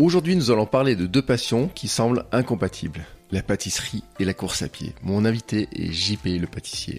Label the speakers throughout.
Speaker 1: Aujourd'hui, nous allons parler de deux passions qui semblent incompatibles, la pâtisserie et la course à pied. Mon invité est JP le pâtissier.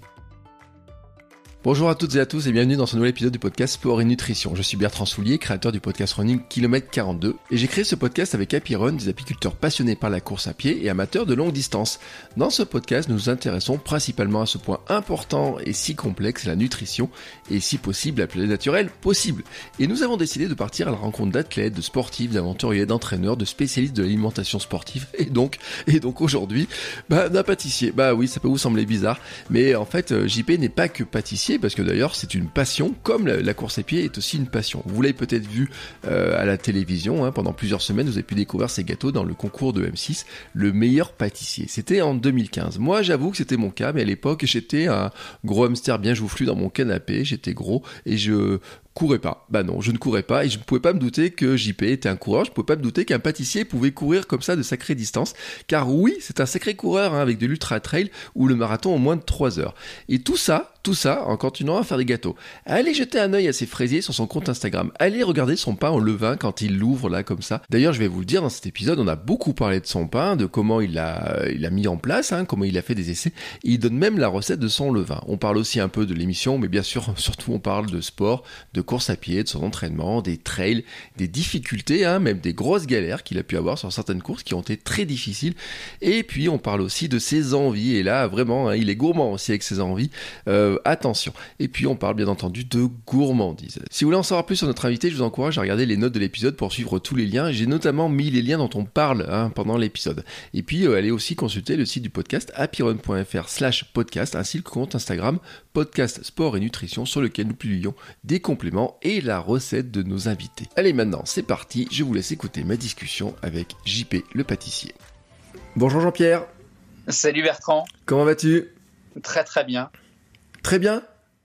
Speaker 1: Bonjour à toutes et à tous et bienvenue dans ce nouvel épisode du podcast Sport et Nutrition. Je suis Bertrand Soulier, créateur du podcast Running Kilomètre 42 et j'ai créé ce podcast avec Happy Run, des apiculteurs passionnés par la course à pied et amateurs de longue distance. Dans ce podcast, nous nous intéressons principalement à ce point important et si complexe, la nutrition et si possible la plus naturelle possible. Et nous avons décidé de partir à la rencontre d'athlètes, de sportifs, d'aventuriers, d'entraîneurs, de spécialistes de l'alimentation sportive et donc aujourd'hui, d'un pâtissier. Bah oui, ça peut vous sembler bizarre, mais en fait, JP n'est pas que pâtissier, parce que d'ailleurs c'est une passion, comme la course à pied est aussi une passion. Vous l'avez peut-être vu à la télévision, pendant plusieurs semaines, vous avez pu découvrir ces gâteaux dans le concours de M6, le meilleur pâtissier. C'était en 2015. Moi j'avoue que c'était mon cas, mais à l'époque j'étais un gros hamster bien joufflu dans mon canapé, j'étais gros et je courais pas. Bah non, je ne courais pas et je ne pouvais pas me douter que JP était un coureur, je ne pouvais pas me douter qu'un pâtissier pouvait courir comme ça de sacrées distances, car oui, c'est un sacré coureur avec de l'ultra trail ou le marathon en moins de 3 heures. Et tout ça en continuant à faire des gâteaux. Allez jeter un œil à ses fraisiers sur son compte Instagram, allez regarder son pain en levain quand il l'ouvre là comme ça. D'ailleurs, je vais vous le dire, dans cet épisode, on a beaucoup parlé de son pain, de comment il l'a mis en place, comment il a fait des essais, et il donne même la recette de son levain. On parle aussi un peu de l'émission, mais bien sûr, surtout on parle de sport, de course à pied, de son entraînement, des trails, des difficultés, même des grosses galères qu'il a pu avoir sur certaines courses qui ont été très difficiles. Et puis on parle aussi de ses envies, et là vraiment, il est gourmand aussi avec ses envies. Attention. Et puis on parle bien entendu de gourmandise. Si vous voulez en savoir plus sur notre invité, je vous encourage à regarder les notes de l'épisode pour suivre tous les liens. J'ai notamment mis les liens dont on parle pendant l'épisode. Et puis allez aussi consulter le site du podcast happyrun.fr/podcast ainsi que le compte Instagram podcast sport et nutrition sur lequel nous publions des compléments et la recette de nos invités. Allez maintenant, c'est parti, je vous laisse écouter ma discussion avec JP le pâtissier. Bonjour Jean-Pierre.
Speaker 2: Salut Bertrand.
Speaker 1: Comment vas-tu ?
Speaker 2: Très très bien.
Speaker 1: Très bien ?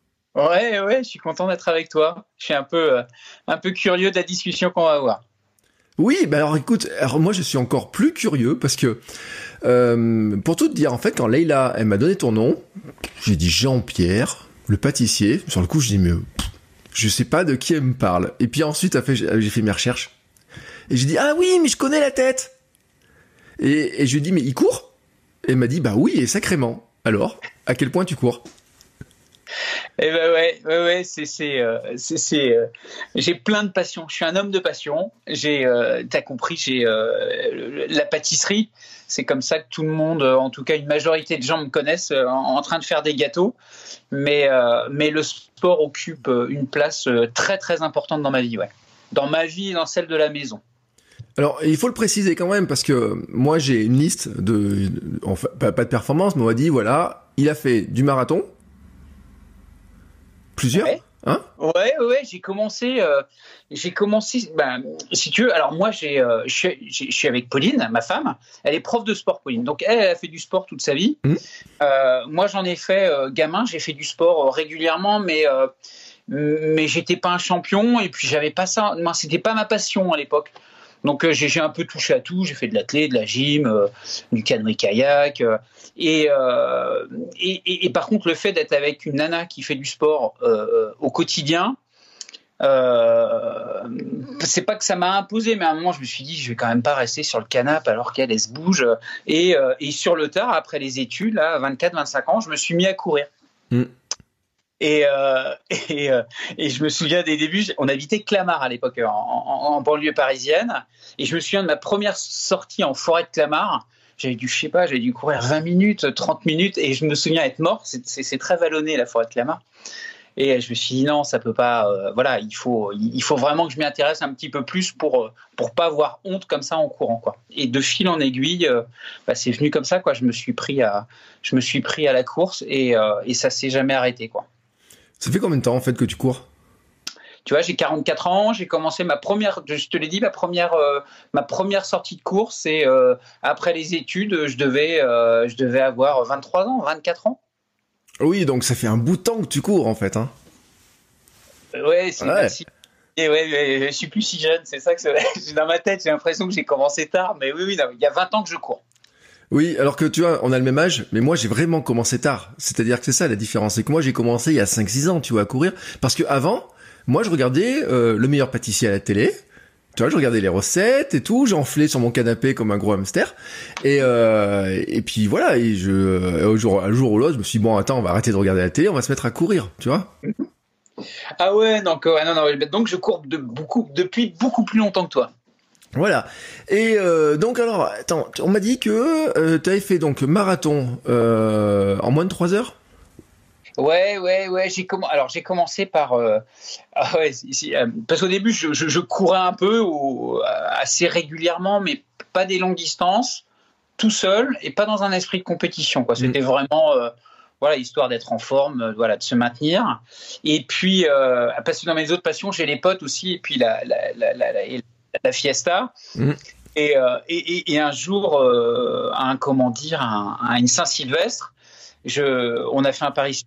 Speaker 2: Ouais, je suis content d'être avec toi. Je suis un peu curieux de la discussion qu'on va avoir.
Speaker 1: Oui, alors écoute, moi je suis encore plus curieux parce que, pour tout te dire, en fait, quand Leïla, elle m'a donné ton nom, j'ai dit Jean-Pierre, le pâtissier. Sur le coup, je dis, mais je sais pas de qui elle me parle. Et puis ensuite, j'ai fait mes recherches. Et j'ai dit, ah oui, mais je connais la tête. Et je lui ai dit, mais il court ? Et elle m'a dit, bah oui, et sacrément. Alors, à quel point tu cours ?
Speaker 2: Eh ben ouais, j'ai plein de passions. Je suis un homme de passion. T'as compris, j'ai la pâtisserie. C'est comme ça que tout le monde, en tout cas une majorité de gens me connaissent en train de faire des gâteaux. Mais le sport occupe une place très très importante dans ma vie, ouais. Dans ma vie et dans celle de la maison.
Speaker 1: Alors, il faut le préciser quand même, parce que moi, j'ai une liste pas de performance, mais on m'a dit, voilà, il a fait du marathon, plusieurs,
Speaker 2: ouais. Ouais, j'ai commencé, si tu veux, alors moi, je suis avec Pauline, ma femme, elle est prof de sport, Pauline, donc elle a fait du sport toute sa vie. Moi, j'en ai fait gamin, j'ai fait du sport régulièrement, mais j'étais pas un champion, et puis j'avais pas ça, moi, c'était pas ma passion à l'époque. Donc j'ai un peu touché à tout, j'ai fait de l'athlé, de la gym, du canoë-kayak, et par contre le fait d'être avec une nana qui fait du sport au quotidien, c'est pas que ça m'a imposé, mais à un moment je me suis dit je vais quand même pas rester sur le canapé alors qu'elle se bouge, et sur le tard après les études là, à 24-25 ans, je me suis mis à courir. Et je me souviens des débuts, on habitait Clamart à l'époque, en banlieue parisienne, et je me souviens de ma première sortie en forêt de Clamart. J'avais dû courir 20 minutes, 30 minutes, et je me souviens être mort. C'est très vallonné la forêt de Clamart. Et je me suis dit non, ça peut pas. Il faut vraiment que je m'y intéresse un petit peu plus pour pas avoir honte comme ça en courant, quoi. Et de fil en aiguille, c'est venu comme ça, quoi. Je me suis pris à la course, et ça s'est jamais arrêté, quoi.
Speaker 1: Ça fait combien de temps en fait que tu cours ?
Speaker 2: Tu vois, j'ai 44 ans, j'ai commencé je te l'ai dit, ma première sortie de course, et après les études, je devais avoir 23 ans, 24 ans.
Speaker 1: Oui, donc ça fait un bout de temps que tu cours en fait, hein.
Speaker 2: Ouais, c'est merci. Et ouais, je suis plus si jeune, c'est ça que dans ma tête, j'ai l'impression que j'ai commencé tard, mais oui, non, il y a 20 ans que je cours.
Speaker 1: Oui, alors que tu vois, on a le même âge, mais moi j'ai vraiment commencé tard. C'est-à-dire que c'est ça la différence, c'est que moi j'ai commencé il y a 5-6 ans, tu vois, à courir. Parce que avant, moi je regardais Le Meilleur Pâtissier à la télé, tu vois, je regardais les recettes et tout, j'enflais sur mon canapé comme un gros hamster. Et puis voilà, et un jour ou l'autre, je me suis dit, bon, attends, on va arrêter de regarder la télé, on va se mettre à courir, tu vois.
Speaker 2: Ah ouais, donc donc je cours depuis beaucoup plus longtemps que toi.
Speaker 1: Voilà. Et donc alors, attends, on m'a dit que tu avais fait donc marathon en moins de 3 heures.
Speaker 2: Ouais. J'ai commencé par parce qu'au début je courais un peu assez régulièrement, mais pas des longues distances, tout seul et pas dans un esprit de compétition, quoi. C'était vraiment histoire d'être en forme, de se maintenir. Et puis parce que dans mes autres passions, j'ai les potes aussi, et puis la fiesta. Et un jour, à une Saint-Sylvestre, on a fait un Paris.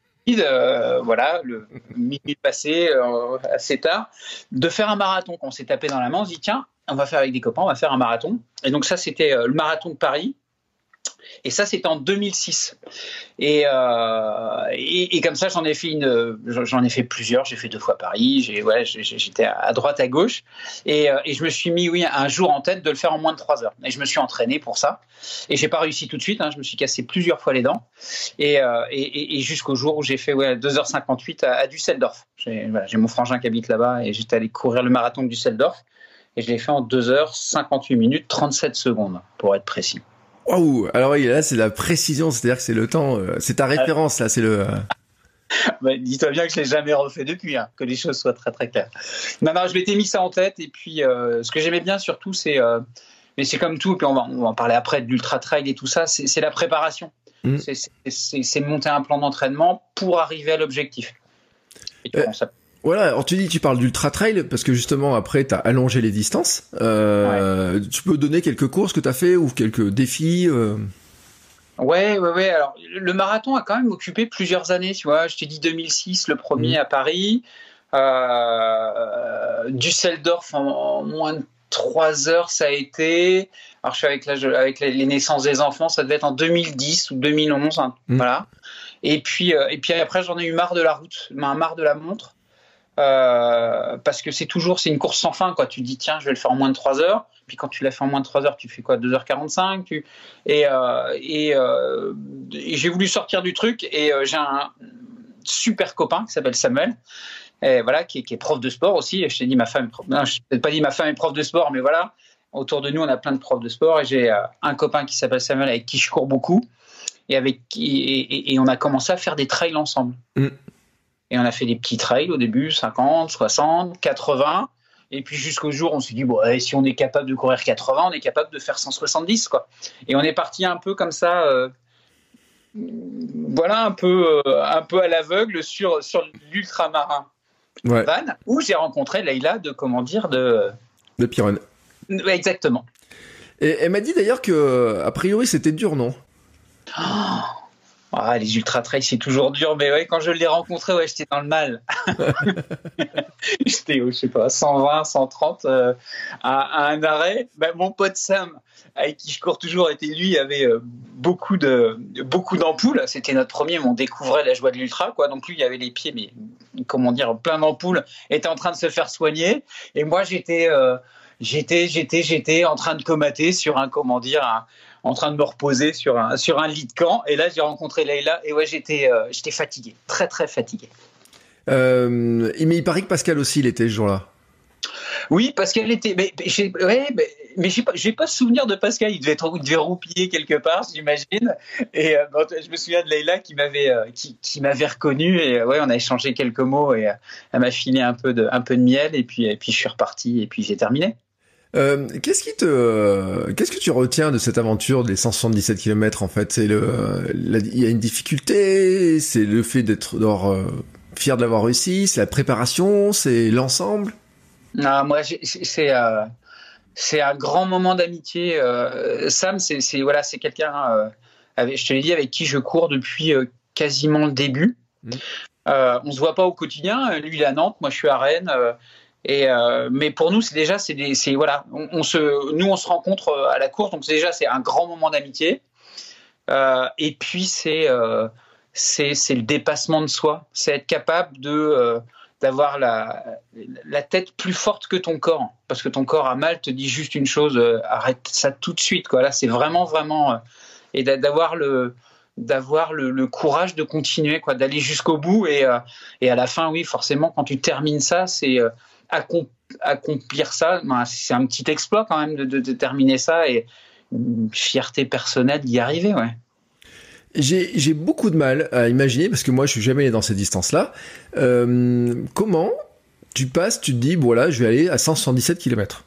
Speaker 2: Le minuit passé assez tard, de faire un marathon. Quand on s'est tapé dans la main, on se dit tiens, on va faire avec des copains, on va faire un marathon. Et donc ça, c'était le marathon de Paris. Et ça, c'était en 2006. Et comme ça, j'en ai fait plusieurs. J'ai fait 2 fois Paris. J'étais à droite, à gauche. Et je me suis mis, un jour en tête de le faire en moins de 3 heures. Et je me suis entraîné pour ça. Et j'ai pas réussi tout de suite. Je me suis cassé plusieurs fois les dents. Et jusqu'au jour où j'ai fait 2h58 à Düsseldorf. J'ai mon frangin qui habite là-bas et j'étais allé courir le marathon de Düsseldorf. Et je l'ai fait en 2h58 minutes 37 secondes, pour être précis.
Speaker 1: Waouh! Alors oui, là c'est la précision, c'est-à-dire que c'est le temps, c'est ta référence là, c'est le.
Speaker 2: Dis-toi bien que je l'ai jamais refait depuis, que les choses soient très très claires. Non, je m'étais mis ça en tête, et puis ce que j'aimais bien surtout, c'est, mais c'est comme tout, puis on va en parler après de l'ultra trail et tout ça, c'est la préparation. C'est monter un plan d'entraînement pour arriver à l'objectif. Et tu prends ça.
Speaker 1: Voilà, alors tu parles d'ultra trail parce que justement après t'as allongé les distances. Tu peux donner quelques courses que t'as fait ou quelques défis
Speaker 2: Ouais. Alors le marathon a quand même occupé plusieurs années, tu vois. Je t'ai dit 2006, le premier à Paris, Düsseldorf en moins de 3 heures, ça a été. Alors je suis avec les naissances des enfants, ça devait être en 2010 ou 2011, voilà. Et puis après j'en ai eu marre de la route, marre de la montre. Parce que c'est une course sans fin, quoi. Tu te dis tiens, je vais le faire en moins de 3 heures, puis quand tu l'as fait en moins de 3 heures, tu fais quoi, 2h45 et j'ai voulu sortir du truc, et j'ai un super copain qui s'appelle Samuel, et voilà, qui est prof de sport aussi. Et je t'ai dit ma femme est prof. Non, je t'ai pas dit ma femme est prof de sport, mais voilà, autour de nous on a plein de profs de sport, et j'ai un copain qui s'appelle Samuel avec qui je cours beaucoup, et on a commencé à faire des trails ensemble. Et on a fait des petits trails au début, 50, 60, 80. Et puis jusqu'au jour où on s'est dit, si on est capable de courir 80, on est capable de faire 170, quoi. Et on est parti un peu comme ça, un peu à l'aveugle sur l'ultramarin Van, où j'ai rencontré Leïla de
Speaker 1: Piron.
Speaker 2: Ouais, exactement.
Speaker 1: Et elle m'a dit d'ailleurs que, a priori, c'était dur, non?
Speaker 2: Les ultra-trails, c'est toujours dur, mais quand je l'ai rencontré, j'étais dans le mal. J'étais, je sais pas, 120, 130 à un arrêt. Mon pote Sam, avec qui je cours toujours, lui avait beaucoup d'ampoules. C'était notre premier, mais on découvrait la joie de l'ultra, quoi. Donc lui, il avait les pieds, mais plein d'ampoules, était en train de se faire soigner. Et moi, j'étais en train de comater sur en train de me reposer sur un lit de camp. Et là, j'ai rencontré Leïla, et j'étais fatigué, très très fatigué.
Speaker 1: Mais il paraît que Pascal aussi, il était ce jour-là.
Speaker 2: Oui, Pascal était. Mais j'ai pas souvenir de Pascal. Il devait roupiller quelque part, j'imagine. Et je me souviens de Leïla qui m'avait reconnu, et on a échangé quelques mots, et elle m'a filé un peu de miel, et puis je suis reparti, et puis j'ai terminé.
Speaker 1: Qu'est-ce que tu retiens de cette aventure des 177 km en fait? Il y a une difficulté, c'est le fait d'être fier de l'avoir réussi, c'est la préparation, c'est l'ensemble?
Speaker 2: Non, moi c'est un grand moment d'amitié. Sam, c'est quelqu'un, je te l'ai dit, avec qui je cours depuis quasiment le début. On se voit pas au quotidien. Lui, il est à Nantes, moi je suis à Rennes. Mais pour nous, on se rencontre à la course, donc c'est un grand moment d'amitié. Et puis c'est le dépassement de soi, c'est être capable d'avoir la tête plus forte que ton corps, parce que ton corps a mal, te dit juste une chose, arrête ça tout de suite, quoi. Là, c'est vraiment et d'avoir le courage de continuer, quoi, d'aller jusqu'au bout, et à la fin, oui, forcément, quand tu termines ça, c'est accomplir ça, c'est un petit exploit quand même de terminer ça, et une fierté personnelle d'y arriver, ouais.
Speaker 1: J'ai beaucoup de mal à imaginer, parce que moi je suis jamais allé dans ces distances-là. Comment tu te dis, bon là, je vais aller à 177 km.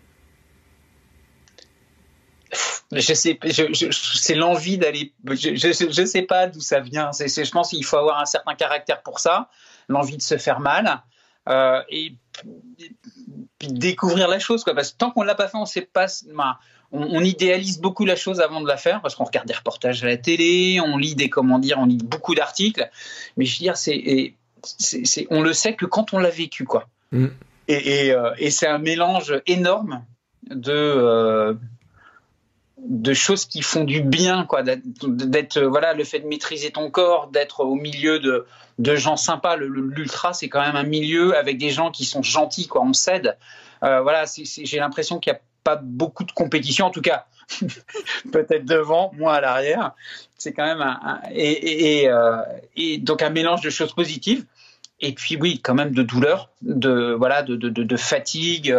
Speaker 2: Je sais, c'est l'envie d'aller. Je sais pas d'où ça vient. Je pense qu'il faut avoir un certain caractère pour ça, l'envie de se faire mal, et puis découvrir la chose, quoi. Parce que tant qu'on l'a pas fait, on sait pas. On idéalise beaucoup la chose avant de la faire, parce qu'on regarde des reportages à la télé, on lit on lit beaucoup d'articles. Mais je veux dire, on le sait que quand on l'a vécu, quoi. Mm. Et c'est un mélange énorme de choses qui font du bien, quoi. D'être, le fait de maîtriser ton corps, d'être au milieu de gens sympas. L'ultra, c'est quand même un milieu avec des gens qui sont gentils, quoi. On s'aide. J'ai l'impression qu'il y a pas beaucoup de compétition, en tout cas, peut-être devant, moi à l'arrière. C'est quand même et donc un mélange de choses positives. Et puis oui, quand même de douleur, de fatigue.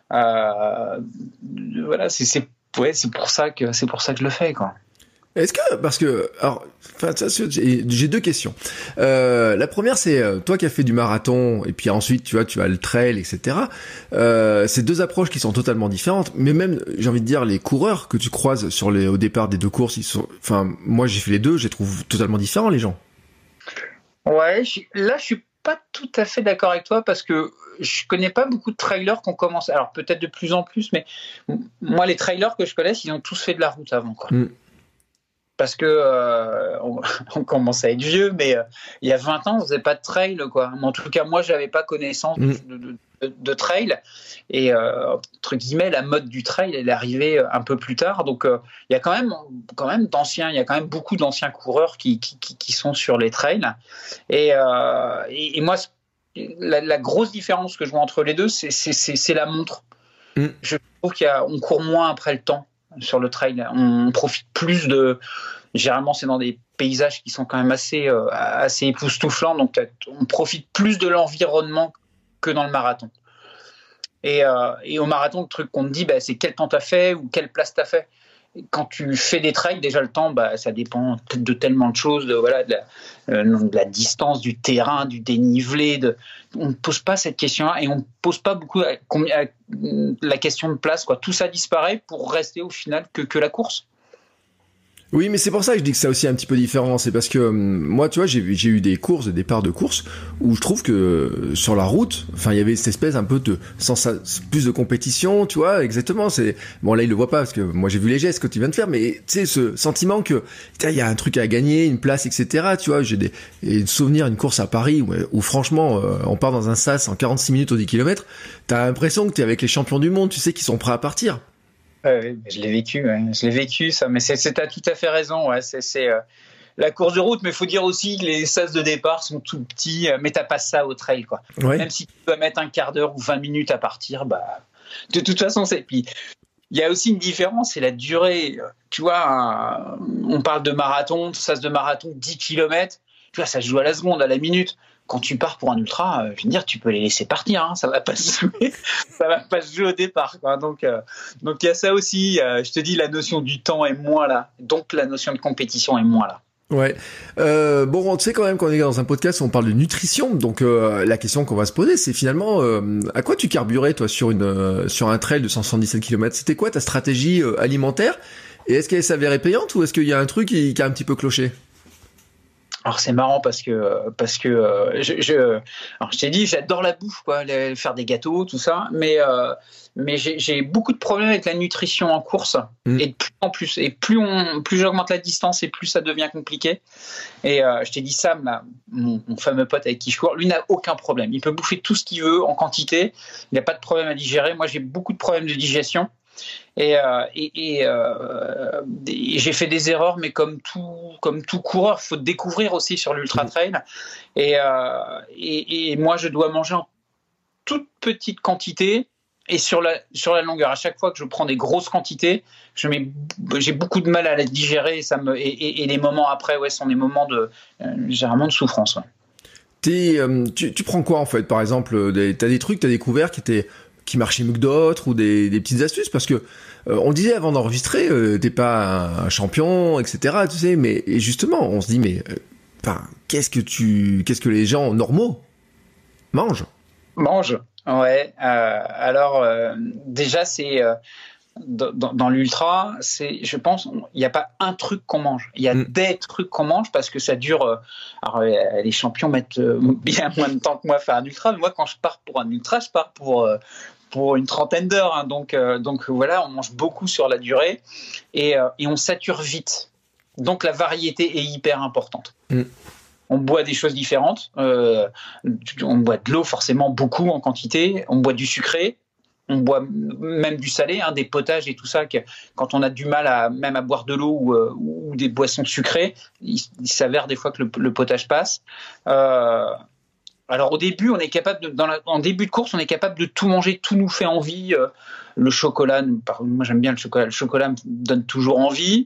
Speaker 2: C'est pour ça que je le fais, quoi.
Speaker 1: Est-ce que, parce que, alors, j'ai deux questions. La première, c'est toi qui as fait du marathon, et puis ensuite, tu as le trail, etc. C'est deux approches qui sont totalement différentes. Mais même, j'ai envie de dire, les coureurs que tu croises au départ des deux courses, moi j'ai fait les deux, je les trouve totalement différents, les gens.
Speaker 2: Ouais, je suis pas tout à fait d'accord avec toi, parce que je connais pas beaucoup de trailers qu'on commence. Alors peut-être de plus en plus, mais moi, les trailers que je connais, ils ont tous fait de la route avant, quoi. Parce que on commence à être vieux, mais il y a 20 ans, on faisait pas de trail, quoi. Mais en tout cas, moi, j'avais pas connaissance de trail. Et entre guillemets, la mode du trail, elle est arrivée un peu plus tard. Donc, il y a quand même beaucoup d'anciens coureurs qui sont sur les trails. Et moi, la grosse différence que je vois entre les deux, c'est la montre. Je trouve qu'on court moins après le temps. Sur le trail, on profite plus généralement c'est dans des paysages qui sont quand même assez époustouflants, donc on profite plus de l'environnement que dans le marathon. Et au marathon, le truc qu'on te dit, c'est quel temps t'as fait ou quelle place t'as fait. Quand tu fais des trails, déjà le temps, ça dépend de tellement de choses, de la distance, du terrain, du dénivelé. On ne pose pas cette question-là, et on ne pose pas beaucoup la question de place, quoi. Tout ça disparaît pour rester au final que la course.
Speaker 1: Oui, mais c'est pour ça que je dis que c'est aussi un petit peu différent. C'est parce que moi, tu vois, j'ai eu des départs de courses où je trouve que sur la route, il y avait cette espèce un peu plus de compétition, tu vois, exactement. Bon, là, il le voit pas parce que moi, j'ai vu les gestes que tu viens de faire, mais tu sais, ce sentiment que il y a un truc à gagner, une place, etc. Tu vois, j'ai des souvenirs, une course à Paris où franchement, on part dans un sas en 46 minutes au 10 km. T'as l'impression que t'es avec les champions du monde, tu sais, qui sont prêts à partir.
Speaker 2: Je l'ai vécu, ça, mais t'as tout à fait raison. Ouais, c'est la course de route, mais il faut dire aussi que les sas de départ sont tout petits, mais t'as pas ça au trail, quoi. Ouais. Même si tu dois mettre un quart d'heure ou 20 minutes à partir, de toute façon, Puis il y a aussi une différence, c'est la durée. Tu vois, on parle de marathon, sas de marathon, 10 km, tu vois, ça se joue à la seconde, à la minute. Quand tu pars pour un ultra, je veux dire, tu peux les laisser partir, hein, ça va pas se jouer au départ, quoi. Donc il y a ça aussi. Je te dis, la notion du temps est moins là, donc la notion de compétition est moins là.
Speaker 1: Ouais. Bon, tu sais quand même qu'on est dans un podcast où on parle de nutrition, donc la question qu'on va se poser, c'est finalement à quoi tu carburais toi sur un trail de 177 km. C'était quoi ta stratégie alimentaire, et est-ce qu'elle s'avérait payante, ou est-ce qu'il y a un truc qui a un petit peu cloché?
Speaker 2: Alors c'est marrant parce que je t'ai dit, j'adore la bouffe, quoi, faire des gâteaux, tout ça, mais j'ai beaucoup de problèmes avec la nutrition en course, et de plus en plus, et plus j'augmente la distance, et plus ça devient compliqué. Et je t'ai dit, Sam, là, mon fameux pote avec qui je cours, lui n'a aucun problème, il peut bouffer tout ce qu'il veut en quantité, il n'a pas de problème à digérer. Moi, j'ai beaucoup de problèmes de digestion. Et j'ai fait des erreurs, mais comme tout coureur, il faut découvrir aussi sur l'ultra trail. Et moi, je dois manger en toute petite quantité et sur la longueur. À chaque fois que je prends des grosses quantités, j'ai beaucoup de mal à la digérer. Et les moments après, sont des moments généralement de souffrance. Ouais.
Speaker 1: Tu prends quoi en fait? Par exemple, t'as des trucs, t'as découvert qui marchaient mieux que d'autres, ou des petites astuces, parce que on le disait avant d'enregistrer, t'es pas un champion, etc. Tu sais, mais et justement, on se dit mais qu'est-ce que les gens normaux mangent?
Speaker 2: Ouais. Alors déjà c'est dans l'ultra, je pense, il n'y a pas un truc qu'on mange. Il y a des trucs qu'on mange parce que ça dure. Alors, les champions mettent bien moins de temps que moi à faire un ultra, mais moi, quand je pars pour un ultra, je pars pour une trentaine d'heures. Hein. Donc voilà, on mange beaucoup sur la durée et on sature vite. Donc la variété est hyper importante. On boit des choses différentes. On boit de l'eau forcément beaucoup en quantité. On boit du sucré. On boit même du salé, des potages et tout ça. Quand on a du mal même à boire de l'eau ou des boissons sucrées, il s'avère des fois que le potage passe. Alors au début, on est capable en début de course, on est capable de tout manger, tout nous fait envie. Le chocolat, moi j'aime bien le chocolat. Le chocolat me donne toujours envie.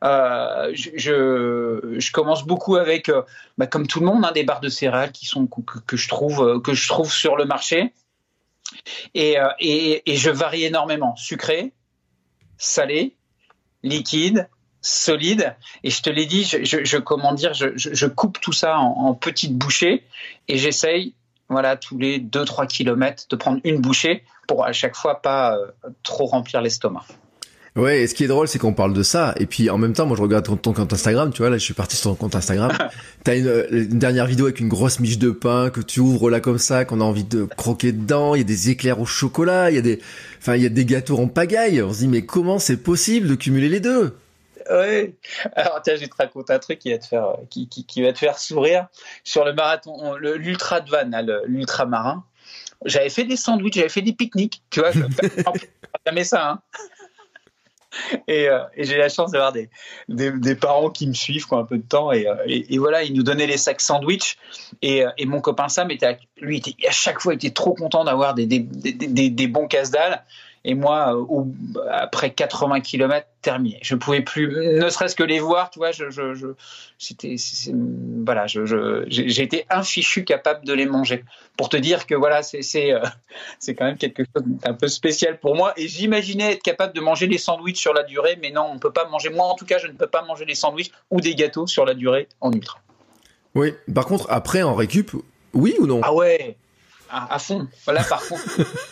Speaker 2: Je commence beaucoup avec, comme tout le monde, des barres de céréales que je trouve sur le marché. Et je varie énormément, sucré, salé, liquide, solide. Et je te l'ai dit, je coupe tout ça en petites bouchées et j'essaye, tous les 2-3 kilomètres de prendre une bouchée pour à chaque fois pas trop remplir l'estomac.
Speaker 1: Ouais, et ce qui est drôle, c'est qu'on parle de ça, et puis en même temps, moi je regarde ton compte Instagram, tu vois, là je suis parti sur ton compte Instagram, t'as une dernière vidéo avec une grosse miche de pain que tu ouvres là comme ça, qu'on a envie de croquer dedans, il y a des éclairs au chocolat, il y a des gâteaux en pagaille, on se dit mais comment c'est possible de cumuler les deux?
Speaker 2: Ouais. Alors tiens, je vais te raconter un truc qui va te faire sourire. Sur le marathon, l'ultra de Vannes, l'ultramarin, j'avais fait des sandwichs, j'avais fait des pique-niques, tu vois, jamais ça, hein. Et j'ai la chance d'avoir des parents qui me suivent un peu de temps et voilà, ils nous donnaient les sacs sandwich et mon copain Sam à chaque fois était trop content d'avoir des bons casse-dalles. Et moi, après 80 km, terminé. Je pouvais plus, ne serait-ce que les voir, tu vois. J'ai été infichu capable de les manger. Pour te dire que voilà, c'est quand même quelque chose d'un peu spécial pour moi. Et j'imaginais être capable de manger les sandwichs sur la durée, mais non, on peut pas manger. Moi, en tout cas, je ne peux pas manger les sandwichs ou des gâteaux sur la durée en ultra.
Speaker 1: Oui. Par contre, après en récup, oui ou non?
Speaker 2: Ah ouais, à fond. Voilà, par contre.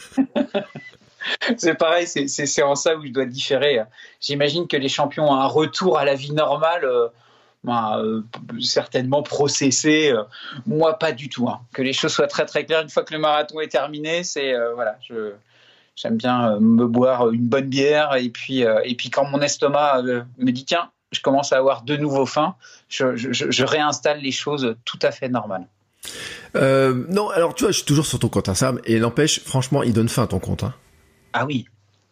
Speaker 2: C'est pareil, c'est en ça où je dois différer. J'imagine que les champions ont un retour à la vie normale, certainement processé. Moi, pas du tout. Que les choses soient très très claires. Une fois que le marathon est terminé, j'aime bien me boire une bonne bière et puis quand mon estomac me dit tiens, je commence à avoir de nouveau faim, je réinstalle les choses tout à fait normales.
Speaker 1: Non, alors tu vois, je suis toujours sur ton compte, Sam, et n'empêche, franchement, il donne faim ton compte.
Speaker 2: Ah oui.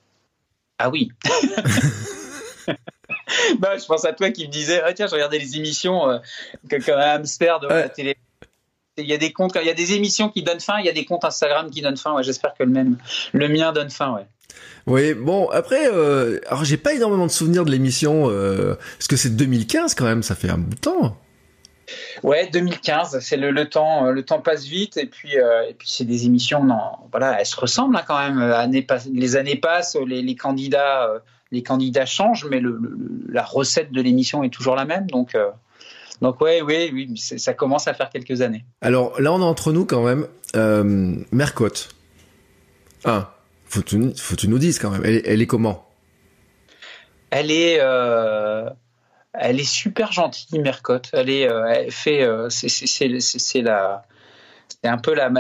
Speaker 2: Je pense à toi qui me disais tiens, je regardais les émissions comme un hamster devant la télé. Il y a des comptes, il y a des émissions qui donnent faim, il y a des comptes Instagram qui donnent faim. Ouais, j'espère que le mien donne faim, ouais.
Speaker 1: Oui, bon, après, alors j'ai pas énormément de souvenirs de l'émission, parce que c'est 2015 quand même, ça fait un bout de temps.
Speaker 2: Ouais, 2015, c'est le temps passe vite et puis c'est des émissions, elles se ressemblent quand même. Les années passent, les candidats changent, mais la recette de l'émission est toujours la même. Donc oui, ça commence à faire quelques années.
Speaker 1: Alors là, on est entre nous quand même. Mercotte. Faut que tu nous dises quand même. Elle est comment?
Speaker 2: Elle est super gentille, Mercotte. Elle fait, c'est un peu la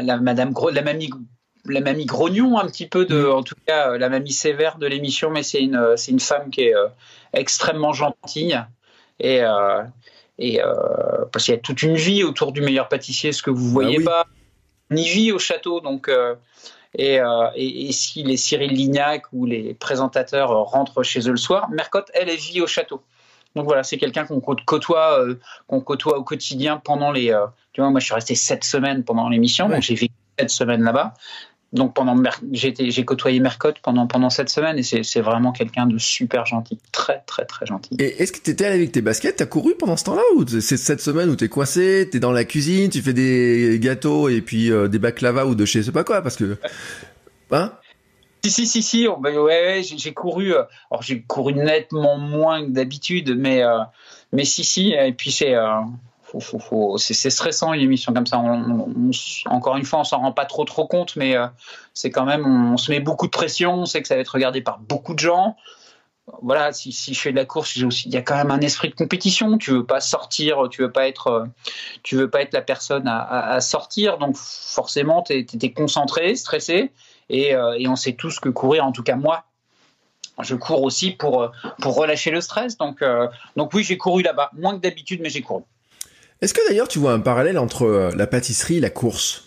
Speaker 2: mamie grognon un petit peu en tout cas la mamie sévère de l'émission, mais c'est une femme qui est extrêmement gentille et parce qu'il y a toute une vie autour du meilleur pâtissier, ce que vous voyez pas. On y vit au château, donc Et si les Cyril Lignac ou les présentateurs rentrent chez eux le soir, Mercotte, elle vit au château. Donc voilà, c'est quelqu'un qu'on côtoie au quotidien pendant les. Tu vois, moi je suis resté 7 semaines pendant l'émission, donc j'ai vécu 7 semaines là-bas. Donc j'ai côtoyé Mercotte pendant 7 semaines et c'est vraiment quelqu'un de super gentil, très très très gentil.
Speaker 1: Et est-ce que t'étais allé avec tes baskets, t'as couru pendant ce temps-là, ou c'est cette semaine où t'es coincé, t'es dans la cuisine, tu fais des gâteaux et puis des baklava ou de je sais pas quoi, parce que hein?
Speaker 2: Si, ouais, j'ai couru. Alors j'ai couru nettement moins que d'habitude, mais si, et puis c'est stressant une émission comme ça. Encore une fois, on s'en rend pas trop compte, mais c'est quand même, on se met beaucoup de pression. On sait que ça va être regardé par beaucoup de gens. Voilà, si je fais de la course, il y a quand même un esprit de compétition. Tu veux pas sortir, tu veux pas être la personne à sortir. Donc forcément, t'es concentré, stressé, et on sait tous que courir, en tout cas moi, je cours aussi pour relâcher le stress. Donc oui, j'ai couru là-bas, moins que d'habitude, mais j'ai couru.
Speaker 1: Est-ce que d'ailleurs tu vois un parallèle entre la pâtisserie et la course?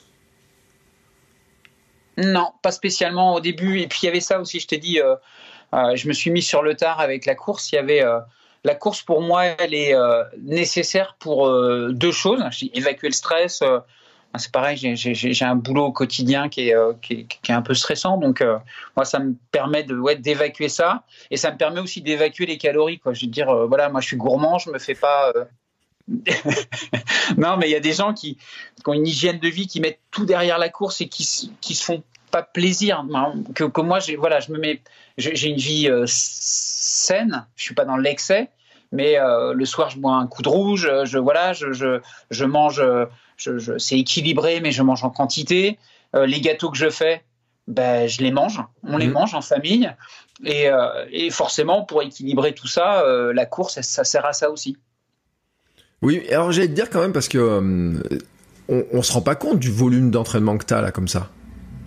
Speaker 2: Non, pas spécialement au début. Et puis il y avait ça aussi, je t'ai dit, je me suis mis sur le tard avec la course. Il y avait la course, pour moi, elle est nécessaire pour deux choses. Évacuer le stress. C'est pareil, j'ai un boulot au quotidien qui est un peu stressant. Donc moi, ça me permet d'évacuer ça. Et ça me permet aussi d'évacuer les calories, quoi. Je veux dire, voilà, moi je suis gourmand, je me fais pas... Non, mais il y a des gens qui ont une hygiène de vie, qui mettent tout derrière la course et qui se font pas plaisir. Que moi, j'ai une vie saine. Je suis pas dans l'excès, mais le soir, je bois un coup de rouge. Je mange. C'est équilibré, mais je mange en quantité. Les gâteaux que je fais, je les mange. On les mange en famille, et forcément, pour équilibrer tout ça, la course, ça sert à ça aussi.
Speaker 1: Oui, alors j'allais te dire quand même, parce que on se rend pas compte du volume d'entraînement que t'as là, comme ça.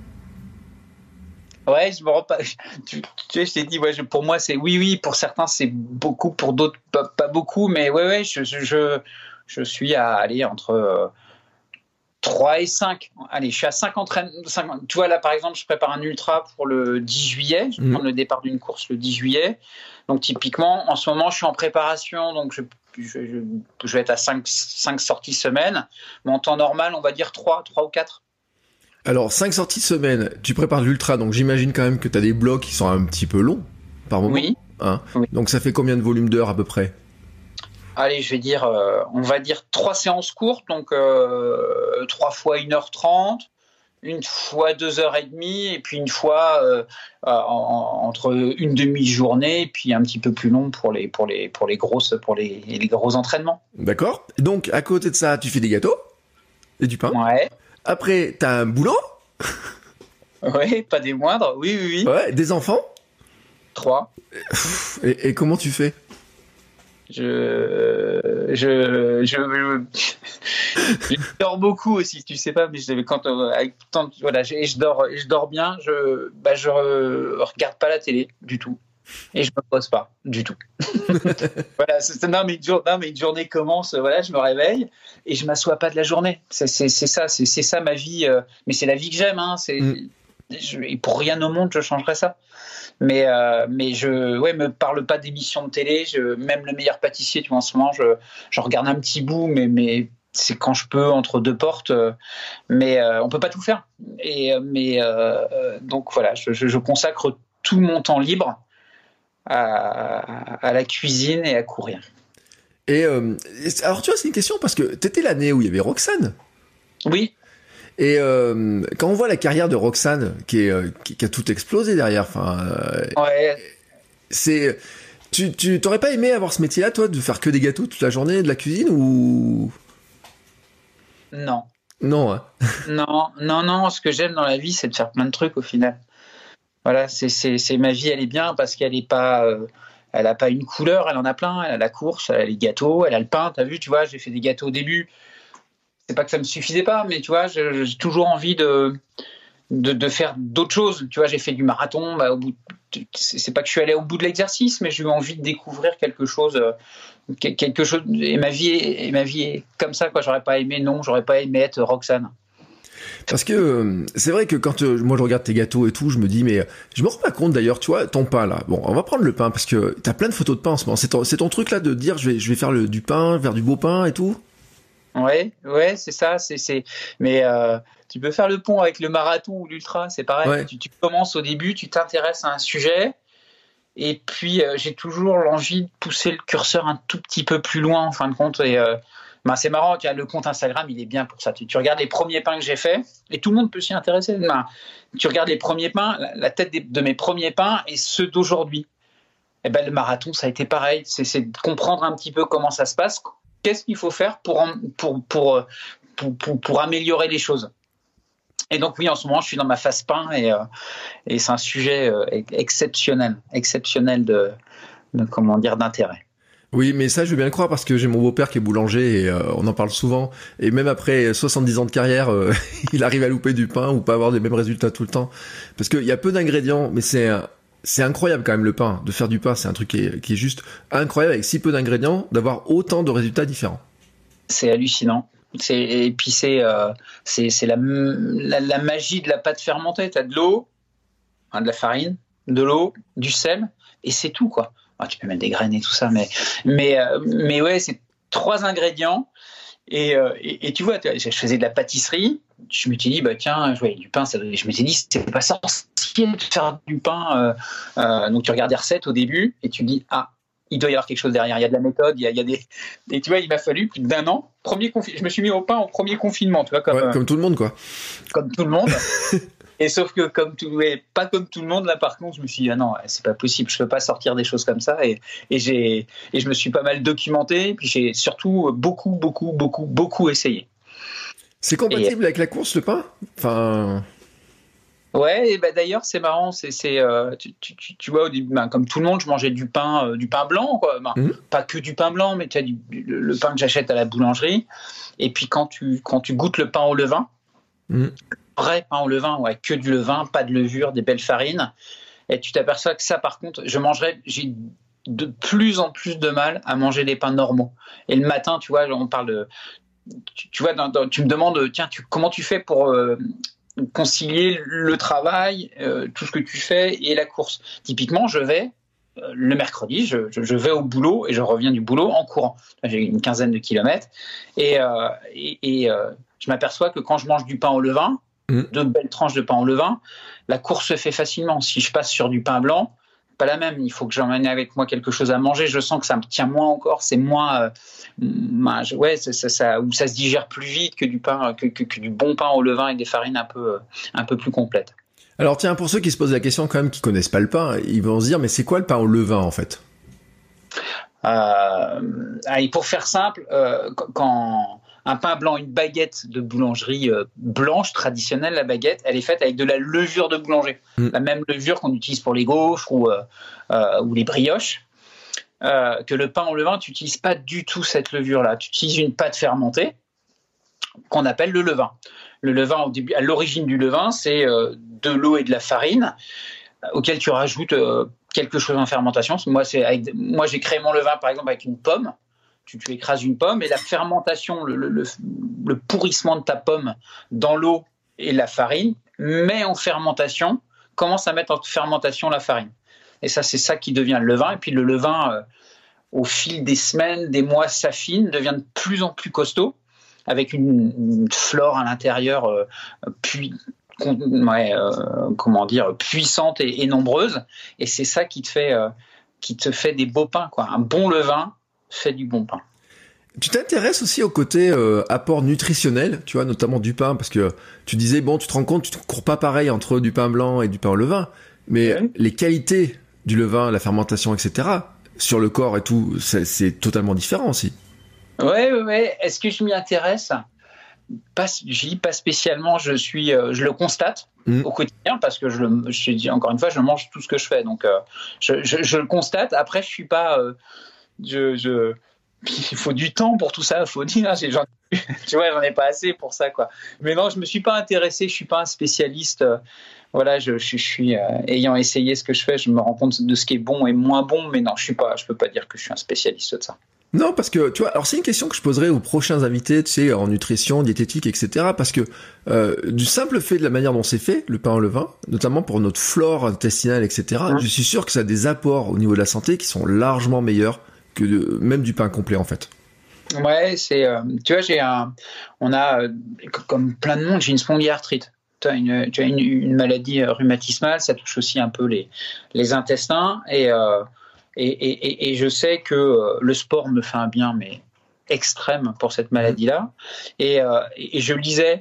Speaker 2: Ouais, je me rends pas. Tu sais, je t'ai dit, ouais, pour moi, c'est oui, pour certains, c'est beaucoup, pour d'autres, pas beaucoup, mais ouais, je suis à aller entre 3 et 5. Allez, je suis à 5 entraînements. Tu vois, là, par exemple, je prépare un ultra pour le 10 juillet. Je vais prendre le départ d'une course le 10 juillet. Donc, typiquement, en ce moment, je suis en préparation, donc je vais être à 5 sorties semaine. Mais en temps normal, on va dire 3 ou 4.
Speaker 1: Alors, 5 sorties semaine, tu prépares l'ultra, donc j'imagine quand même que tu as des blocs qui sont un petit peu longs par moment.
Speaker 2: Oui.
Speaker 1: Hein,
Speaker 2: oui.
Speaker 1: Donc ça fait combien de volume d'heures à peu près?
Speaker 2: Allez, on va dire 3 séances courtes, donc 3 fois 1h30, une fois 2h30, et puis une fois entre une demi-journée, et puis un petit peu plus long pour les gros entraînements.
Speaker 1: D'accord. Donc, à côté de ça, tu fais des gâteaux et du pain.
Speaker 2: Ouais.
Speaker 1: Après, t'as un boulot.
Speaker 2: Ouais, pas des moindres. Oui.
Speaker 1: Ouais, des enfants.
Speaker 2: 3.
Speaker 1: Et comment tu fais?
Speaker 2: Je dors beaucoup aussi, tu sais pas, mais je dors bien, je regarde pas la télé du tout et je me pose pas du tout. Voilà, une journée commence, voilà, je me réveille et je m'assois pas de la journée. C'est ça ma vie, mais c'est la vie que j'aime, hein, et pour rien au monde je changerais ça. Mais me parle pas d'émissions de télé. Même Le Meilleur Pâtissier, tu vois, en ce moment, je regarde un petit bout, mais c'est quand je peux, entre deux portes. Mais on peut pas tout faire. Donc voilà, je consacre tout mon temps libre à la cuisine et à courir.
Speaker 1: Et alors tu vois, c'est une question parce que t'étais l'année où il y avait Roxane.
Speaker 2: Oui.
Speaker 1: Et quand on voit la carrière de Roxane qui a tout explosé derrière,
Speaker 2: ouais.
Speaker 1: C'est tu t'aurais pas aimé avoir ce métier-là, toi, de faire que des gâteaux toute la journée, de la cuisine, ou
Speaker 2: non,
Speaker 1: hein.
Speaker 2: non. Ce que j'aime dans la vie, c'est de faire plein de trucs au final. Voilà, c'est ma vie, elle est bien parce qu'elle est pas. Elle a pas une couleur, elle en a plein. Elle a la course, elle a les gâteaux, elle a le pain. T'as vu, tu vois, j'ai fait des gâteaux au début. C'est pas que ça me suffisait pas, mais tu vois, j'ai toujours envie de faire d'autres choses. Tu vois, j'ai fait du marathon. C'est pas que je suis allé au bout de l'exercice, mais j'ai eu envie de découvrir quelque chose. Et ma vie est comme ça, quoi. J'aurais pas aimé être Roxane.
Speaker 1: Parce que c'est vrai que quand moi je regarde tes gâteaux et tout, je me dis mais je me rends pas compte d'ailleurs, tu vois, ton pain là. Bon, on va prendre le pain parce que t'as plein de photos de pain en ce moment. C'est ton truc là de dire je vais faire du pain, faire du beau pain et tout.
Speaker 2: Ouais, c'est ça. Mais tu peux faire le pont avec le marathon ou l'ultra, c'est pareil. Ouais. Tu commences au début, tu t'intéresses à un sujet. Et puis, j'ai toujours l'envie de pousser le curseur un tout petit peu plus loin, en fin de compte. Et c'est marrant, le compte Instagram, il est bien pour ça. Tu regardes les premiers pains que j'ai faits, et tout le monde peut s'y intéresser. Tu regardes les premiers pains, la tête de mes premiers pains et ceux d'aujourd'hui. Et le marathon, ça a été pareil. C'est de comprendre un petit peu comment ça se passe. Qu'est-ce qu'il faut faire pour améliorer les choses. Et donc oui, en ce moment, je suis dans ma phase pain et c'est un sujet exceptionnel d'intérêt.
Speaker 1: Oui, mais ça, je veux bien le croire parce que j'ai mon beau-père qui est boulanger et on en parle souvent. Et même après 70 ans de carrière, il arrive à louper du pain ou pas avoir les mêmes résultats tout le temps. Parce qu'il y a peu d'ingrédients, mais c'est incroyable quand même le pain. De faire du pain, c'est un truc qui est juste incroyable avec si peu d'ingrédients, d'avoir autant de résultats différents.
Speaker 2: C'est hallucinant. Et puis c'est la magie de la pâte fermentée. Tu as de l'eau, de la farine, de l'eau, du sel, et c'est tout, quoi. Tu peux mettre des graines et tout ça, mais ouais, c'est 3 ingrédients. Et tu vois, je faisais de la pâtisserie. Je me suis dit, tiens, je voyais du pain. Je me suis dit, c'est pas sorcier de faire du pain. Donc tu regardes des recettes au début et tu dis, il doit y avoir quelque chose derrière. Il y a de la méthode, il y a des. Et tu vois, il m'a fallu plus d'1 an. Je me suis mis au pain au premier confinement, tu vois,
Speaker 1: comme tout le monde, quoi.
Speaker 2: Comme tout le monde. Et sauf que pas comme tout le monde, là, par contre, je me suis dit, non, c'est pas possible, je peux pas sortir des choses comme ça. Et je me suis pas mal documenté, puis j'ai surtout beaucoup essayé.
Speaker 1: C'est compatible avec la course, le pain ? Enfin.
Speaker 2: Ouais, et d'ailleurs, c'est marrant, tu vois, au début, comme tout le monde, je mangeais du pain blanc, quoi. Pas que du pain blanc, mais tu as le pain que j'achète à la boulangerie. Et puis quand tu goûtes le pain au levain, vrai pain au levain, ouais, que du levain, pas de levure, des belles farines, et tu t'aperçois que ça, par contre, j'ai de plus en plus de mal à manger des pains normaux. Et le matin, tu vois, on parle de, tu vois, tu me demandes, tiens, comment tu fais pour concilier le travail, tout ce que tu fais et la course. Typiquement, je vais le mercredi, je vais au boulot et je reviens du boulot en courant. J'ai une 15aine de kilomètres et je m'aperçois que quand je mange du pain au levain, 2 belles tranches de pain au levain, la course se fait facilement. Si je passe sur du pain blanc, pas la même. Il faut que j'emmène avec moi quelque chose à manger. Je sens que ça me tient moins encore. C'est moins, ou ça se digère plus vite que du pain, que du bon pain au levain avec des farines un peu plus complètes.
Speaker 1: Alors tiens, pour ceux qui se posent la question quand même, qui connaissent pas le pain, ils vont se dire mais c'est quoi le pain au levain en fait ?
Speaker 2: Et pour faire simple, quand un pain blanc, une baguette de boulangerie blanche traditionnelle, la baguette, elle est faite avec de la levure de boulanger, la même levure qu'on utilise pour les gaufres ou les brioches. Que le pain au levain, tu n'utilises pas du tout cette levure-là. Tu utilises une pâte fermentée qu'on appelle le levain. Le levain, au début, à l'origine du levain, c'est de l'eau et de la farine auquel tu rajoutes quelque chose en fermentation. Moi, j'ai créé mon levain, par exemple, avec une pomme. Tu écrases une pomme et la fermentation, le pourrissement de ta pomme dans l'eau et la farine met en fermentation, commence à mettre en fermentation la farine. Et ça, c'est ça qui devient le levain. Et puis le levain, au fil des semaines, des mois, s'affine, devient de plus en plus costaud, avec une flore à l'intérieur puissante et nombreuse. Et c'est ça qui te fait des beaux pains, quoi. Un bon levain fait du bon pain.
Speaker 1: Tu t'intéresses aussi au côté apport nutritionnel, tu vois, notamment du pain, parce que tu disais, bon, tu te rends compte, tu ne cours pas pareil entre du pain blanc et du pain au levain, mais les qualités du levain, la fermentation, etc., sur le corps et tout, c'est totalement différent aussi.
Speaker 2: Ouais. Est-ce que je m'y intéresse ? J'y pas spécialement, je le constate au quotidien parce que je dis encore une fois, je mange tout ce que je fais, donc je le constate. Après, je suis pas, il faut du temps pour tout ça. Il faut dire, j'en ai pas assez pour ça, quoi. Mais non, je me suis pas intéressé, je suis pas un spécialiste. Voilà, je suis ayant essayé ce que je fais, je me rends compte de ce qui est bon et moins bon, mais non, je peux pas dire que je suis un spécialiste de ça.
Speaker 1: Non, parce que, tu vois, alors c'est une question que je poserai aux prochains invités, tu sais, en nutrition, diététique, etc. Parce que du simple fait de la manière dont c'est fait, le pain au levain, notamment pour notre flore intestinale, etc., je suis sûr que ça a des apports au niveau de la santé qui sont largement meilleurs que même du pain complet, en fait.
Speaker 2: Ouais, tu vois, on a, comme plein de monde, j'ai une spondylarthrite. Tu as une maladie rhumatismale, ça touche aussi un peu les intestins, et je sais que le sport me fait un bien, mais extrême pour cette maladie-là. Et je lisais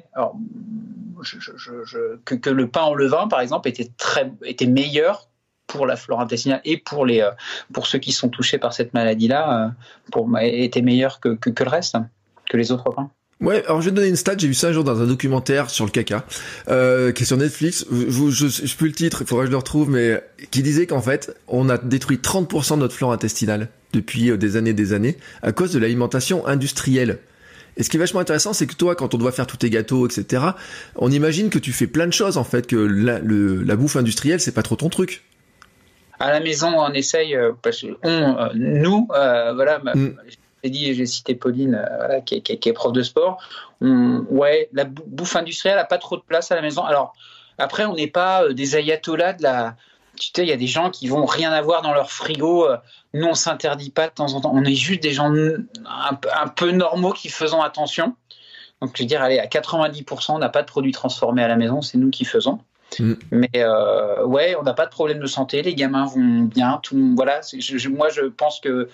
Speaker 2: que le pain au levain, par exemple, était meilleur pour la flore intestinale et pour ceux qui sont touchés par cette maladie-là, était meilleur que le reste, que les autres pains.
Speaker 1: Ouais, alors je vais te donner une stat, j'ai vu ça un jour dans un documentaire sur le caca, qui est sur Netflix, je peux le titre, il faudrait que je le retrouve, mais qui disait qu'en fait, on a détruit 30% de notre flore intestinale depuis des années, à cause de l'alimentation industrielle. Et ce qui est vachement intéressant, c'est que toi, quand on doit faire tous tes gâteaux, etc., on imagine que tu fais plein de choses, en fait, que la bouffe industrielle, c'est pas trop ton truc.
Speaker 2: À la maison, on essaye, parce que nous, voilà, j'ai cité Pauline, voilà, qui est prof de sport. Ouais, la bouffe industrielle n'a pas trop de place à la maison. Alors, après, on n'est pas des ayatollahs de la... Tu sais, il y a des gens qui vont rien avoir dans leur frigo. Nous, on s'interdit pas de temps en temps. On est juste des gens un peu normaux qui faisons attention. Donc, je veux dire, allez, à 90%, on n'a pas de produits transformés à la maison. C'est nous qui faisons. Mais ouais, on n'a pas de problème de santé. Les gamins vont bien. Voilà. Moi, je pense que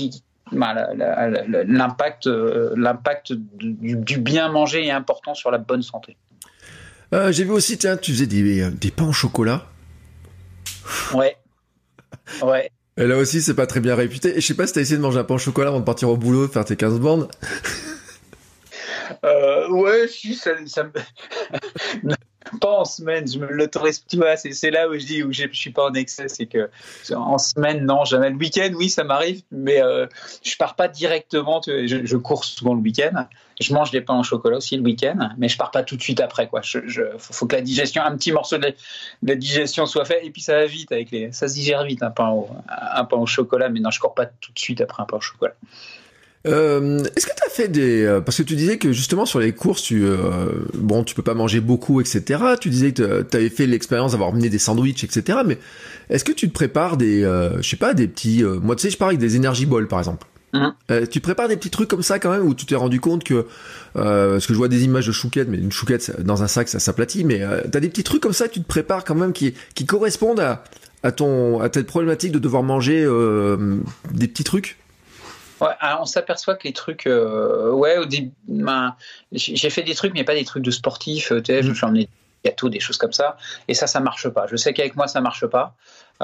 Speaker 2: l'impact du bien manger est important sur la bonne santé.
Speaker 1: J'ai vu aussi, tiens, tu faisais des pains au chocolat.
Speaker 2: Ouais.
Speaker 1: Et là aussi, c'est pas très bien réputé. Et je sais pas si t'as essayé de manger un pain au chocolat avant de partir au boulot, de faire tes 15 bandes.
Speaker 2: Ouais, si, ça me... Pas en semaine, je me l'autorise, tu vois, c'est là où je dis où je suis pas en excès, c'est que en semaine, non, jamais. Le week-end, oui, ça m'arrive, mais je pars pas directement, je cours souvent le week-end, je mange des pains au chocolat aussi le week-end, mais je pars pas tout de suite après, quoi. Faut que la digestion, un petit morceau de la digestion soit fait, et puis ça va vite, ça se digère vite, un pain au chocolat, mais non, je cours pas tout de suite après un pain au chocolat.
Speaker 1: Est-ce que t'as fait parce que tu disais que justement sur les courses tu peux pas manger beaucoup, etc. Tu disais que t'avais fait l'expérience d'avoir mené des sandwichs, etc. Mais est-ce que tu te prépares des des petits moi tu sais je pars avec des energy balls par exemple. Tu prépares des petits trucs comme ça quand même, où tu t'es rendu compte que parce que je vois des images de chouquettes, mais une chouquette dans un sac ça s'aplatit, mais t'as des petits trucs comme ça que tu te prépares quand même qui correspondent à ta problématique de devoir manger des petits trucs.
Speaker 2: Ouais, alors on s'aperçoit que les trucs, j'ai fait des trucs, mais pas des trucs de sportifs. Tu sais, je me suis emmené des gâteaux, des choses comme ça, et ça marche pas. Je sais qu'avec moi, ça marche pas.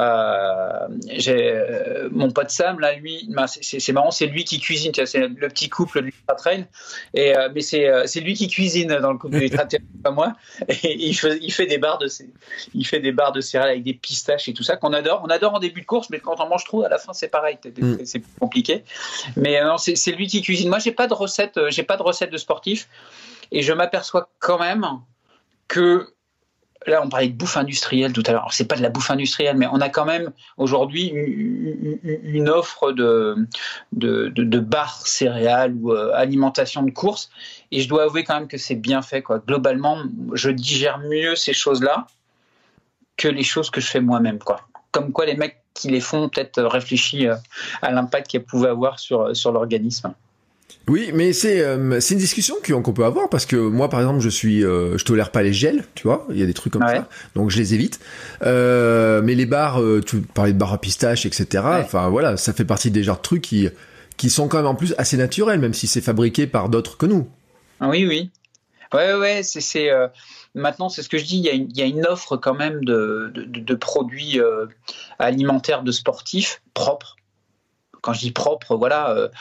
Speaker 2: Mon pote Sam, là, lui, c'est marrant, c'est lui qui cuisine. Tu vois, c'est le petit couple du Trail, mais c'est lui qui cuisine dans le couple du Trail, pas moi. Et il fait des barres de céréales avec des pistaches et tout ça qu'on adore. On adore en début de course, mais quand on mange trop, à la fin, c'est pareil. C'est plus compliqué. Mais non, c'est lui qui cuisine. Moi, j'ai pas de recette de sportif, et je m'aperçois quand même que là, on parlait de bouffe industrielle tout à l'heure. Alors, c'est pas de la bouffe industrielle, mais on a quand même aujourd'hui une offre de barres céréales ou alimentation de course. Et je dois avouer quand même que c'est bien fait, quoi. Globalement, je digère mieux ces choses-là que les choses que je fais moi-même, quoi. Comme quoi, les mecs qui les font peut-être réfléchissent à l'impact qu'elles pouvaient avoir sur l'organisme.
Speaker 1: Oui, mais c'est une discussion qu'on peut avoir, parce que moi, par exemple, je tolère pas les gels, tu vois, il y a des trucs comme ça, donc je les évite. Mais les barres, tu parlais de barres à pistache, etc. Enfin voilà, ça fait partie des genres de trucs qui sont quand même en plus assez naturels, même si c'est fabriqué par d'autres que nous.
Speaker 2: Oui. Ouais, c'est maintenant, c'est ce que je dis, il y a une offre quand même de produits alimentaires de sportifs propres. Quand je dis propre, voilà,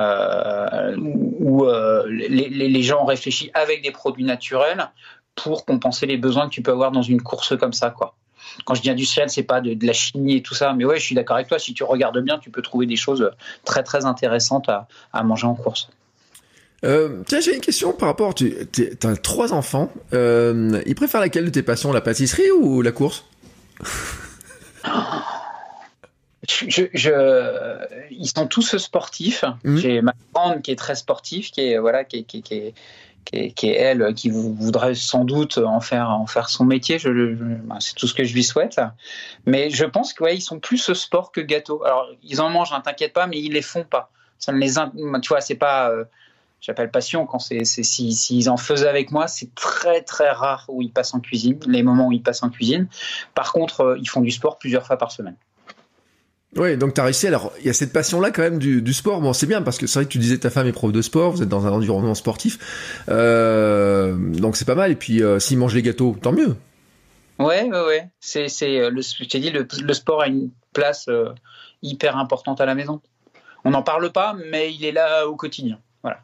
Speaker 2: où les gens réfléchissent avec des produits naturels pour compenser les besoins que tu peux avoir dans une course comme ça, quoi. Quand je dis industriel, c'est pas de la chimie et tout ça, mais ouais, je suis d'accord avec toi. Si tu regardes bien, tu peux trouver des choses très très intéressantes à manger en course.
Speaker 1: Tiens, j'ai une question par rapport. T'as 3 enfants. Ils préfèrent laquelle de tes passions, la pâtisserie ou la course?
Speaker 2: Ils sont tous sportifs. J'ai ma grande qui est très sportive, qui est elle, qui voudrait sans doute en faire son métier. C'est tout ce que je lui souhaite. Mais je pense qu'ils sont plus sport que gâteau. Alors, ils en mangent, ne t'inquiète pas, mais ils les font pas. Ça ne les, tu vois, c'est pas. J'appelle passion quand s'ils en faisaient avec moi, c'est très très rare où ils passent en cuisine, les moments où ils passent en cuisine. Par contre, ils font du sport plusieurs fois par semaine.
Speaker 1: Oui, donc tu as réussi. Alors, il y a cette passion-là quand même du sport. Bon, c'est bien parce que c'est vrai que tu disais ta femme est prof de sport, vous êtes dans un environnement sportif. Donc c'est pas mal. Et puis, s'ils mangent les gâteaux, tant mieux.
Speaker 2: Ouais. Je t'ai dit, le sport a une place hyper importante à la maison. On n'en parle pas, mais il est là au quotidien. Voilà,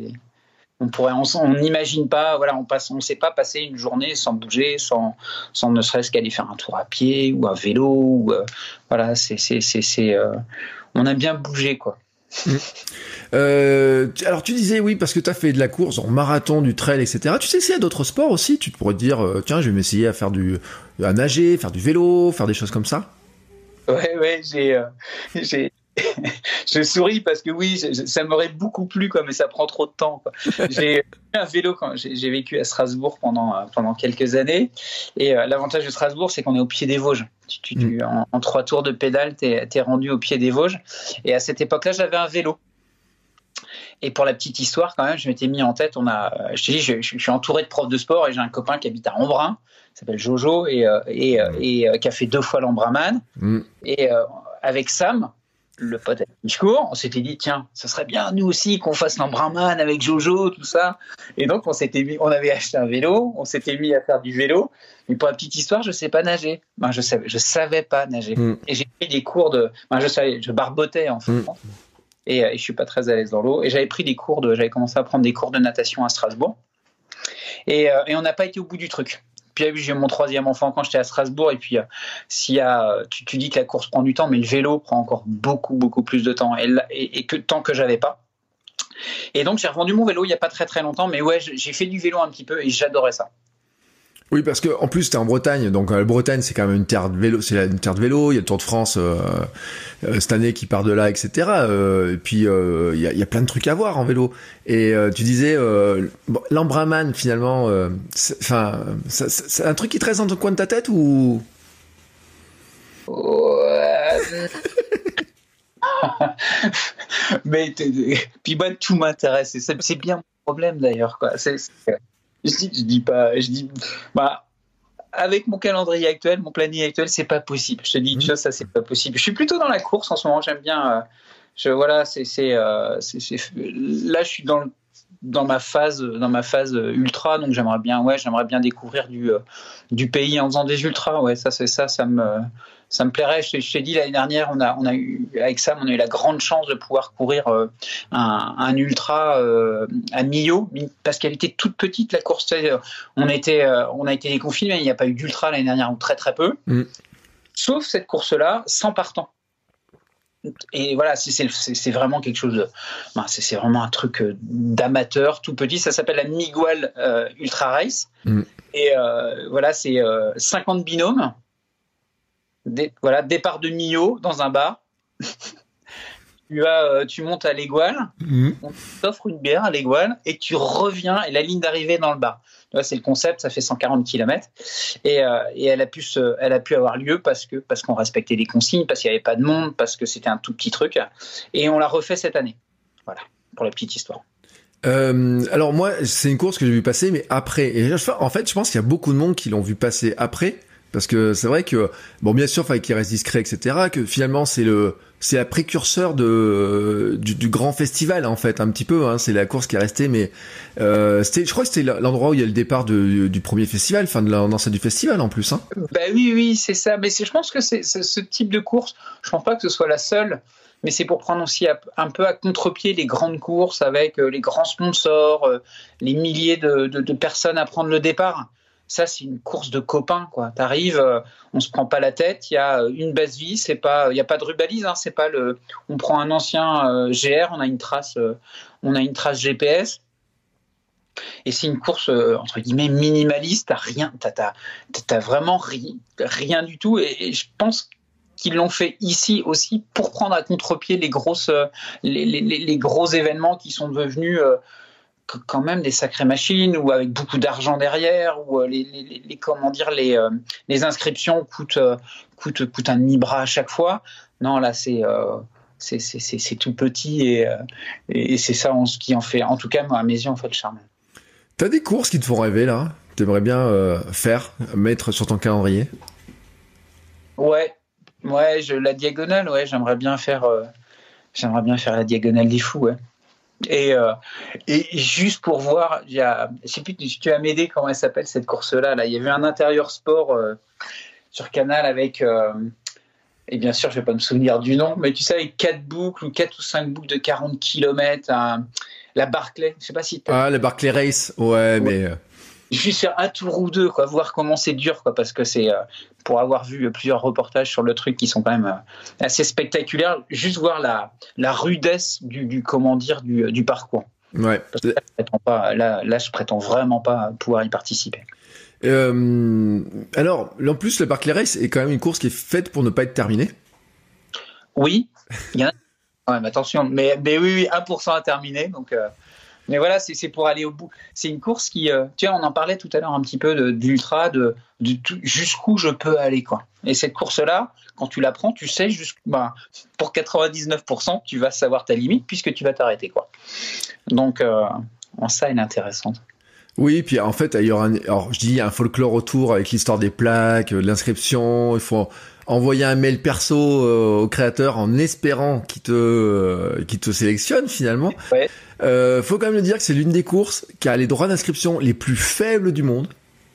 Speaker 2: on n'imagine pas, voilà, on sait pas passer une journée sans bouger, sans ne serait-ce qu'aller faire un tour à pied ou à vélo, ou voilà, on aime bien bouger, quoi.
Speaker 1: Alors tu disais oui parce que tu as fait de la course en marathon, du trail, etc. Tu sais s'il y a d'autres sports aussi, tu pourrais te dire tiens, je vais m'essayer à nager, faire du vélo, faire des choses comme ça.
Speaker 2: Ouais, j'ai je souris parce que oui, ça m'aurait beaucoup plu, quoi, mais ça prend trop de temps, quoi. J'ai eu un vélo quand j'ai vécu à Strasbourg pendant quelques années, et l'avantage de Strasbourg, c'est qu'on est au pied des Vosges. En 3 tours de pédale, t'es rendu au pied des Vosges. Et à cette époque-là, j'avais un vélo. Et pour la petite histoire, quand même, je m'étais mis en tête. Je te dis, je suis entouré de profs de sport et j'ai un copain qui habite à Embrun, qui s'appelle Jojo et qui a fait 2 fois l'Embrunman. Et avec Sam, le pote avec qui je cours, on s'était dit tiens, ça serait bien nous aussi qu'on fasse l'Embrunman avec Jojo, tout ça. Et donc on avait acheté un vélo, on s'était mis à faire du vélo. Mais pour la petite histoire, je sais pas nager. Je savais pas nager. Et j'ai pris des cours je barbotais en fait. Et je suis pas très à l'aise dans l'eau. Et j'avais commencé à prendre des cours de natation à Strasbourg. Et on n'a pas été au bout du truc. Puis j'ai eu mon 3e enfant quand j'étais à Strasbourg. Et puis tu dis que la course prend du temps, mais le vélo prend encore beaucoup, beaucoup plus de temps. Et que tant que j'avais pas. Et donc j'ai revendu mon vélo il y a pas très très longtemps. Mais ouais, j'ai fait du vélo un petit peu et j'adorais ça.
Speaker 1: Oui, parce que en plus t'es en Bretagne, donc la Bretagne c'est quand même une terre de vélo, une terre de vélo. Il y a le Tour de France cette année qui part de là, etc. Et puis il y a plein de trucs à voir en vélo. Et tu disais l'Embrunman finalement, c'est un truc qui te reste dans le coin de ta tête ou
Speaker 2: Mais puis moi tout m'intéresse. C'est bien mon problème d'ailleurs, quoi. Je dis avec mon calendrier actuel, mon planning actuel, c'est pas possible. Je te dis, ça c'est pas possible. Je suis plutôt dans la course en ce moment. J'aime bien. Là, je suis dans ma phase ultra, donc j'aimerais bien découvrir du pays en faisant des ultras. Ouais, ça me plairait. Je t'ai dit l'année dernière, on a eu avec Sam, on a eu la grande chance de pouvoir courir un ultra à Millau, parce qu'elle était toute petite la course. On a été déconfinés, mais il n'y a pas eu d'ultra l'année dernière, ou très très peu. Sauf cette course-là, sans partant. Et voilà, c'est vraiment quelque chose c'est vraiment un truc d'amateur tout petit. Ça s'appelle la Miguel Ultra Race. Et voilà, c'est 50 binômes. Départ de Millau dans un bar. Tu montes à l'Égual, on t'offre une bière à l'Égual et tu reviens, et la ligne d'arrivée est dans le bar. Là, c'est le concept, ça fait 140 km. Et elle a pu avoir lieu parce qu'on respectait les consignes, parce qu'il n'y avait pas de monde, parce que c'était un tout petit truc. Et on l'a refait cette année. Voilà, pour la petite histoire.
Speaker 1: Alors moi, c'est une course que j'ai vu passer, mais après. Et en fait, je pense qu'il y a beaucoup de monde qui l'ont vu passer après. Parce que c'est vrai que, bon, bien sûr, fallait qu'il reste discret, etc., que finalement, c'est la précurseur du grand festival, en fait, un petit peu, hein, c'est la course qui est restée, mais, je crois que c'était l'endroit où il y a le départ du premier festival, enfin, de lancée du festival, en plus, hein.
Speaker 2: Bah oui, c'est ça. Mais je pense que c'est ce type de course, je pense pas que ce soit la seule, mais c'est pour prendre aussi un peu à contre-pied les grandes courses avec les grands sponsors, les milliers de personnes à prendre le départ. Ça, c'est une course de copains, quoi. T'arrives, on se prend pas la tête. Il y a une base vie, il y a pas de rubalise, hein. C'est pas on prend un ancien GR, on a une trace GPS. Et c'est une course entre guillemets minimaliste. T'as rien, t'as vraiment rien du tout. Et je pense qu'ils l'ont fait ici aussi pour prendre à contre-pied les gros événements qui sont devenus quand même des sacrées machines, ou avec beaucoup d'argent derrière, ou les inscriptions coûtent un demi-bras à chaque fois. Non, là c'est tout petit, et c'est ça qui en fait, en tout cas moi, à mes yeux, en fait, le charme.
Speaker 1: T'as des courses qui te font rêver là? T'aimerais bien mettre sur ton calendrier?
Speaker 2: Ouais, la diagonale, ouais, j'aimerais bien faire la diagonale des fous, ouais. Et juste pour voir, je sais plus si tu vas m'aider, comment elle s'appelle cette course-là. Là, il y avait un intérieur sport sur Canal avec, et bien sûr, je vais pas me souvenir du nom, mais tu sais, avec 4 boucles ou 4 ou 5 boucles de 40 km, la Barclay. Je sais pas si
Speaker 1: la Barclay Race, ouais. Mais
Speaker 2: juste faire un tour ou deux, quoi, voir comment c'est dur, quoi, parce que c'est pour avoir vu plusieurs reportages sur le truc qui sont quand même assez spectaculaires, juste voir la rudesse du parcours.
Speaker 1: Ouais.
Speaker 2: Parce que là, je prétends vraiment pas pouvoir y participer.
Speaker 1: Alors, en plus, la Barclay Race est quand même une course qui est faite pour ne pas être terminée.
Speaker 2: Oui, il y en a. Ouais, mais attention, mais oui, 1% à terminer, donc. Mais voilà, c'est pour aller au bout. C'est une course qui, tu vois, on en parlait tout à l'heure un petit peu d'ultra, jusqu'où je peux aller, quoi. Et cette course-là, quand tu la prends, tu sais pour 99%, tu vas savoir ta limite puisque tu vas t'arrêter, quoi. Donc, en ça, elle est intéressante.
Speaker 1: Oui, puis en fait, il y aura un folklore autour avec l'histoire des plaques, de l'inscription. Il faut envoyer un mail perso au créateur en espérant qu'il te sélectionne finalement.
Speaker 2: Ouais.
Speaker 1: Faut quand même le dire que c'est l'une des courses qui a les droits d'inscription les plus faibles du monde.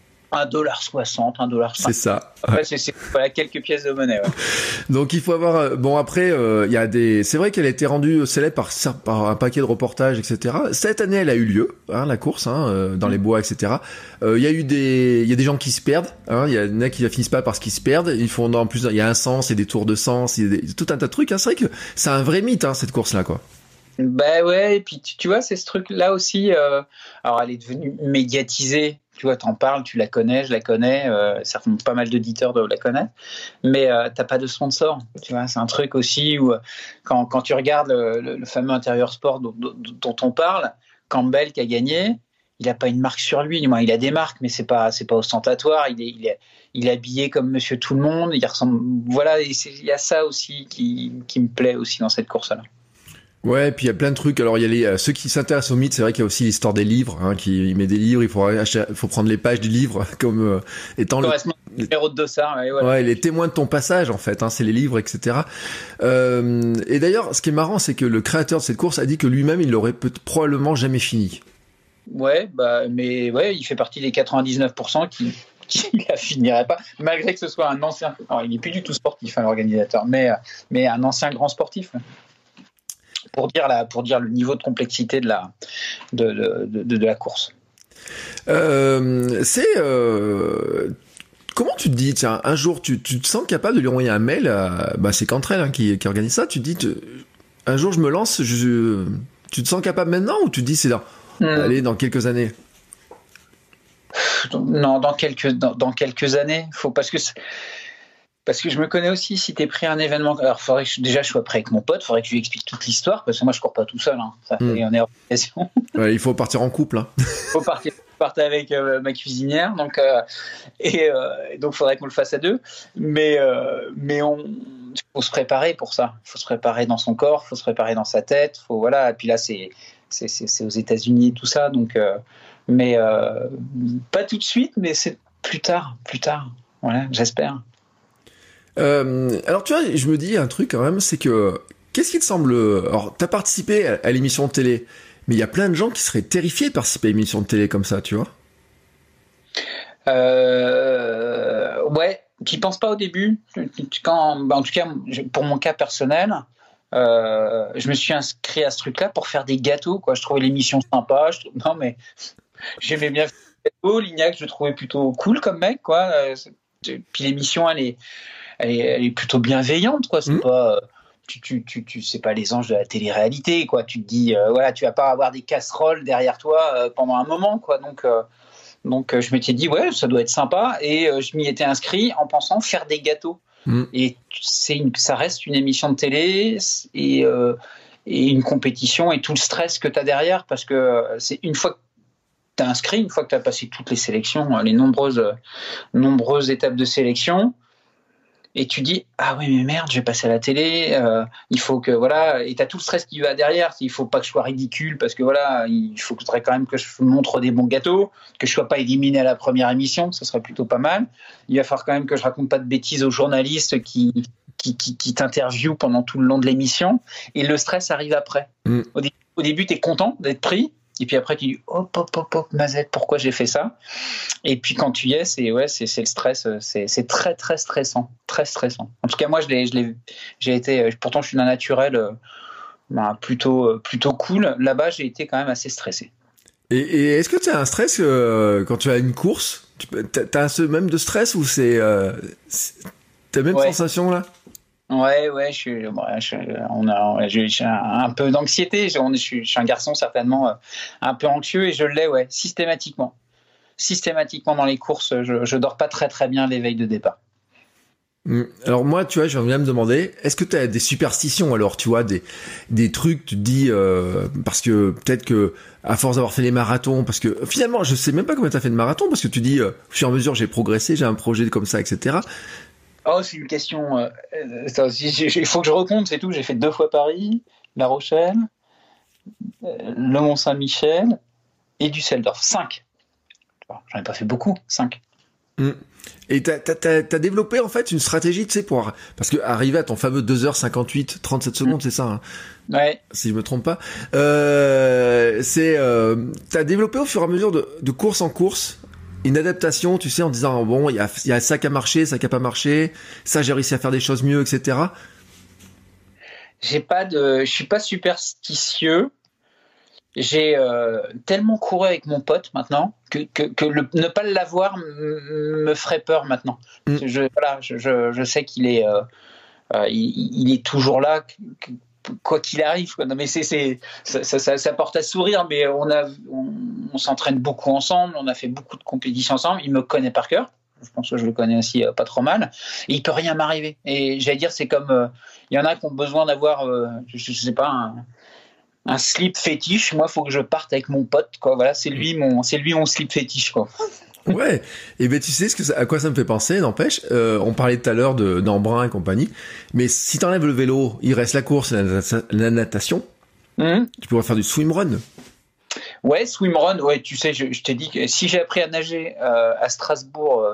Speaker 2: $1,60, $1,50.
Speaker 1: C'est ça.
Speaker 2: Ouais, c'est quelques pièces de monnaie. Ouais.
Speaker 1: Donc il faut avoir. Bon après, il y a des. C'est vrai qu'elle a été rendue célèbre par un paquet de reportages, etc. Cette année, elle a eu lieu, la course, dans les bois, etc. Il y a des gens qui se perdent. Il y en a qui finissent pas parce qu'ils se perdent. Ils font en plus, il y a un sens, il y a des tours de sens, il y a tout un tas de trucs. C'est vrai que c'est un vrai mythe, cette course-là, quoi.
Speaker 2: Ben ouais, et puis tu vois, c'est ce truc-là aussi. Alors, elle est devenue médiatisée. Tu vois, t'en parles, tu la connais, je la connais. Certainement pas mal d'auditeurs doivent la connaître. Mais t'as pas de sponsor. Tu vois, c'est un truc aussi où quand tu regardes le fameux intérieur sport dont on parle, Campbell qui a gagné, il a pas une marque sur lui. Du moins, il a des marques, mais c'est pas ostentatoire. Il est habillé comme Monsieur Tout le Monde. Il ressemble. Voilà, il y a ça aussi qui me plaît aussi dans cette course-là.
Speaker 1: Ouais, puis il y a plein de trucs. Alors il y a ceux qui s'intéressent au mythe, c'est vrai qu'il y a aussi l'histoire des livres, il met des livres, il faut prendre les pages du livre comme étant le
Speaker 2: numéro de dossard. Ouais, voilà.
Speaker 1: Ouais, les témoins de ton passage en fait, c'est les livres, etc. Et d'ailleurs, ce qui est marrant, c'est que le créateur de cette course a dit que lui-même, il l'aurait probablement jamais fini.
Speaker 2: Ouais, mais ouais, il fait partie des 99% qui la finirait pas, malgré que ce soit un ancien. Alors, il n'est plus du tout sportif, l'organisateur, mais un ancien grand sportif. Pour dire le niveau de complexité de la course.
Speaker 1: Comment tu te dis, tiens, un jour, tu te sens capable de lui envoyer un mail c'est Cantrell qui organise ça, tu te dis, un jour je me lance, tu te sens capable maintenant, ou tu te dis c'est allez, dans quelques années?
Speaker 2: Non, dans quelques années, parce que je me connais aussi, si t'es pris un événement, alors faudrait que je sois prêt avec mon pote, faudrait que je lui explique toute l'histoire, parce que moi je cours pas tout seul, ça fait on est en relation.
Speaker 1: Ouais, il faut partir en couple.
Speaker 2: Il faut partir avec ma cuisinière, donc faudrait qu'on le fasse à deux, mais faut se préparer pour ça, faut se préparer dans son corps, faut se préparer dans sa tête, et puis là c'est aux États-Unis et tout ça, donc mais pas tout de suite, mais c'est plus tard, voilà, j'espère.
Speaker 1: Alors tu vois, je me dis un truc quand même, c'est que qu'est-ce qui te semble... Alors t'as participé à l'émission de télé, mais il y a plein de gens qui seraient terrifiés de participer à une émission de télé comme ça, tu vois.
Speaker 2: Ouais, qui pensent pas au début. En tout cas, pour mon cas personnel, je me suis inscrit à ce truc-là pour faire des gâteaux, quoi. Je trouvais l'émission sympa. Non, mais j'aimais bien faire des gâteaux. Lignac, je le trouvais plutôt cool comme mec, quoi. Puis l'émission, elle est plutôt bienveillante, quoi. C'est pas, c'est pas les anges de la télé-réalité, quoi. Tu te dis, voilà, tu vas pas avoir des casseroles derrière toi pendant un moment, quoi. Donc je m'étais dit, ouais, ça doit être sympa, et je m'y étais inscrit en pensant faire des gâteaux. Et ça reste une émission de télé et une compétition et tout le stress que tu as derrière, parce que c'est une fois que tu as inscrit, une fois que tu as passé toutes les sélections, les nombreuses étapes de sélection, et tu dis ah oui mais merde, je vais passer à la télé, il faut que voilà, et t'as tout le stress qui va derrière, il faut pas que je sois ridicule, parce que voilà, il faudrait quand même que je montre des bons gâteaux, que je sois pas éliminé à la première émission, ça serait plutôt pas mal. Il va falloir quand même que je raconte pas de bêtises aux journalistes qui t'interviewent pendant tout le long de l'émission, et le stress arrive après. Au début t'es content d'être pris, et puis après tu dis hop mazette, pourquoi j'ai fait ça, et puis quand tu y es, c'est le stress, c'est très très stressant, très stressant. En tout cas moi j'ai été, pourtant je suis d'un naturel plutôt cool, là-bas j'ai été quand même assez stressé.
Speaker 1: Et est-ce que tu as un stress quand tu as une course, t'as ce même de stress, ou c'est t'as même sensation là?
Speaker 2: Ouais, j'ai un peu d'anxiété. Je suis un garçon certainement un peu anxieux, et je l'ai, systématiquement dans les courses. Je dors pas très très bien les veilles de départ.
Speaker 1: Alors moi, tu vois, je viens me demander, est-ce que tu as des superstitions, alors, tu vois, des trucs, tu te dis, parce que peut-être que à force d'avoir fait les marathons, parce que finalement, je sais même pas combien tu as fait de marathons, parce que tu dis, au fur et à mesure, j'ai progressé, j'ai un projet comme ça, etc.
Speaker 2: Oh, c'est une question. Il faut que je recompte, c'est tout. J'ai fait 2 fois Paris, La Rochelle, le Mont-Saint-Michel et Düsseldorf. 5. J'en ai pas fait beaucoup. 5.
Speaker 1: Et t'as développé en fait une stratégie, tu sais, parce que arriver à ton fameux 2h58, 37 secondes, c'est ça, hein,
Speaker 2: ouais.
Speaker 1: Si je me trompe pas. T'as développé au fur et à mesure de course en course une adaptation, tu sais, en disant bon, il y a ça qui a marché, ça qui a pas marché, ça j'ai réussi à faire des choses mieux, etc.
Speaker 2: Je suis pas superstitieux. J'ai tellement couru avec mon pote maintenant que ne pas l'avoir me ferait peur maintenant. Je sais qu'il est il est toujours là, quoi qu'il arrive. Non mais ça porte à sourire, mais on s'entraîne beaucoup ensemble, on a fait beaucoup de compétitions ensemble, il me connaît par cœur. Je pense que je le connais aussi pas trop mal, et il peut rien m'arriver. Et j'allais dire, c'est comme il y en a qui ont besoin d'avoir je sais pas, un slip fétiche. Moi, faut que je parte avec mon pote, quoi. Voilà, c'est lui mon slip fétiche, quoi.
Speaker 1: Ouais. Et ben tu sais à quoi ça me fait penser, n'empêche. On parlait tout à l'heure d'Embrun et compagnie. Mais si t'enlèves le vélo, il reste la course, la natation. Tu pourrais faire du swimrun.
Speaker 2: Ouais, swimrun. Ouais, tu sais, je t'ai dit que si j'ai appris à nager à Strasbourg,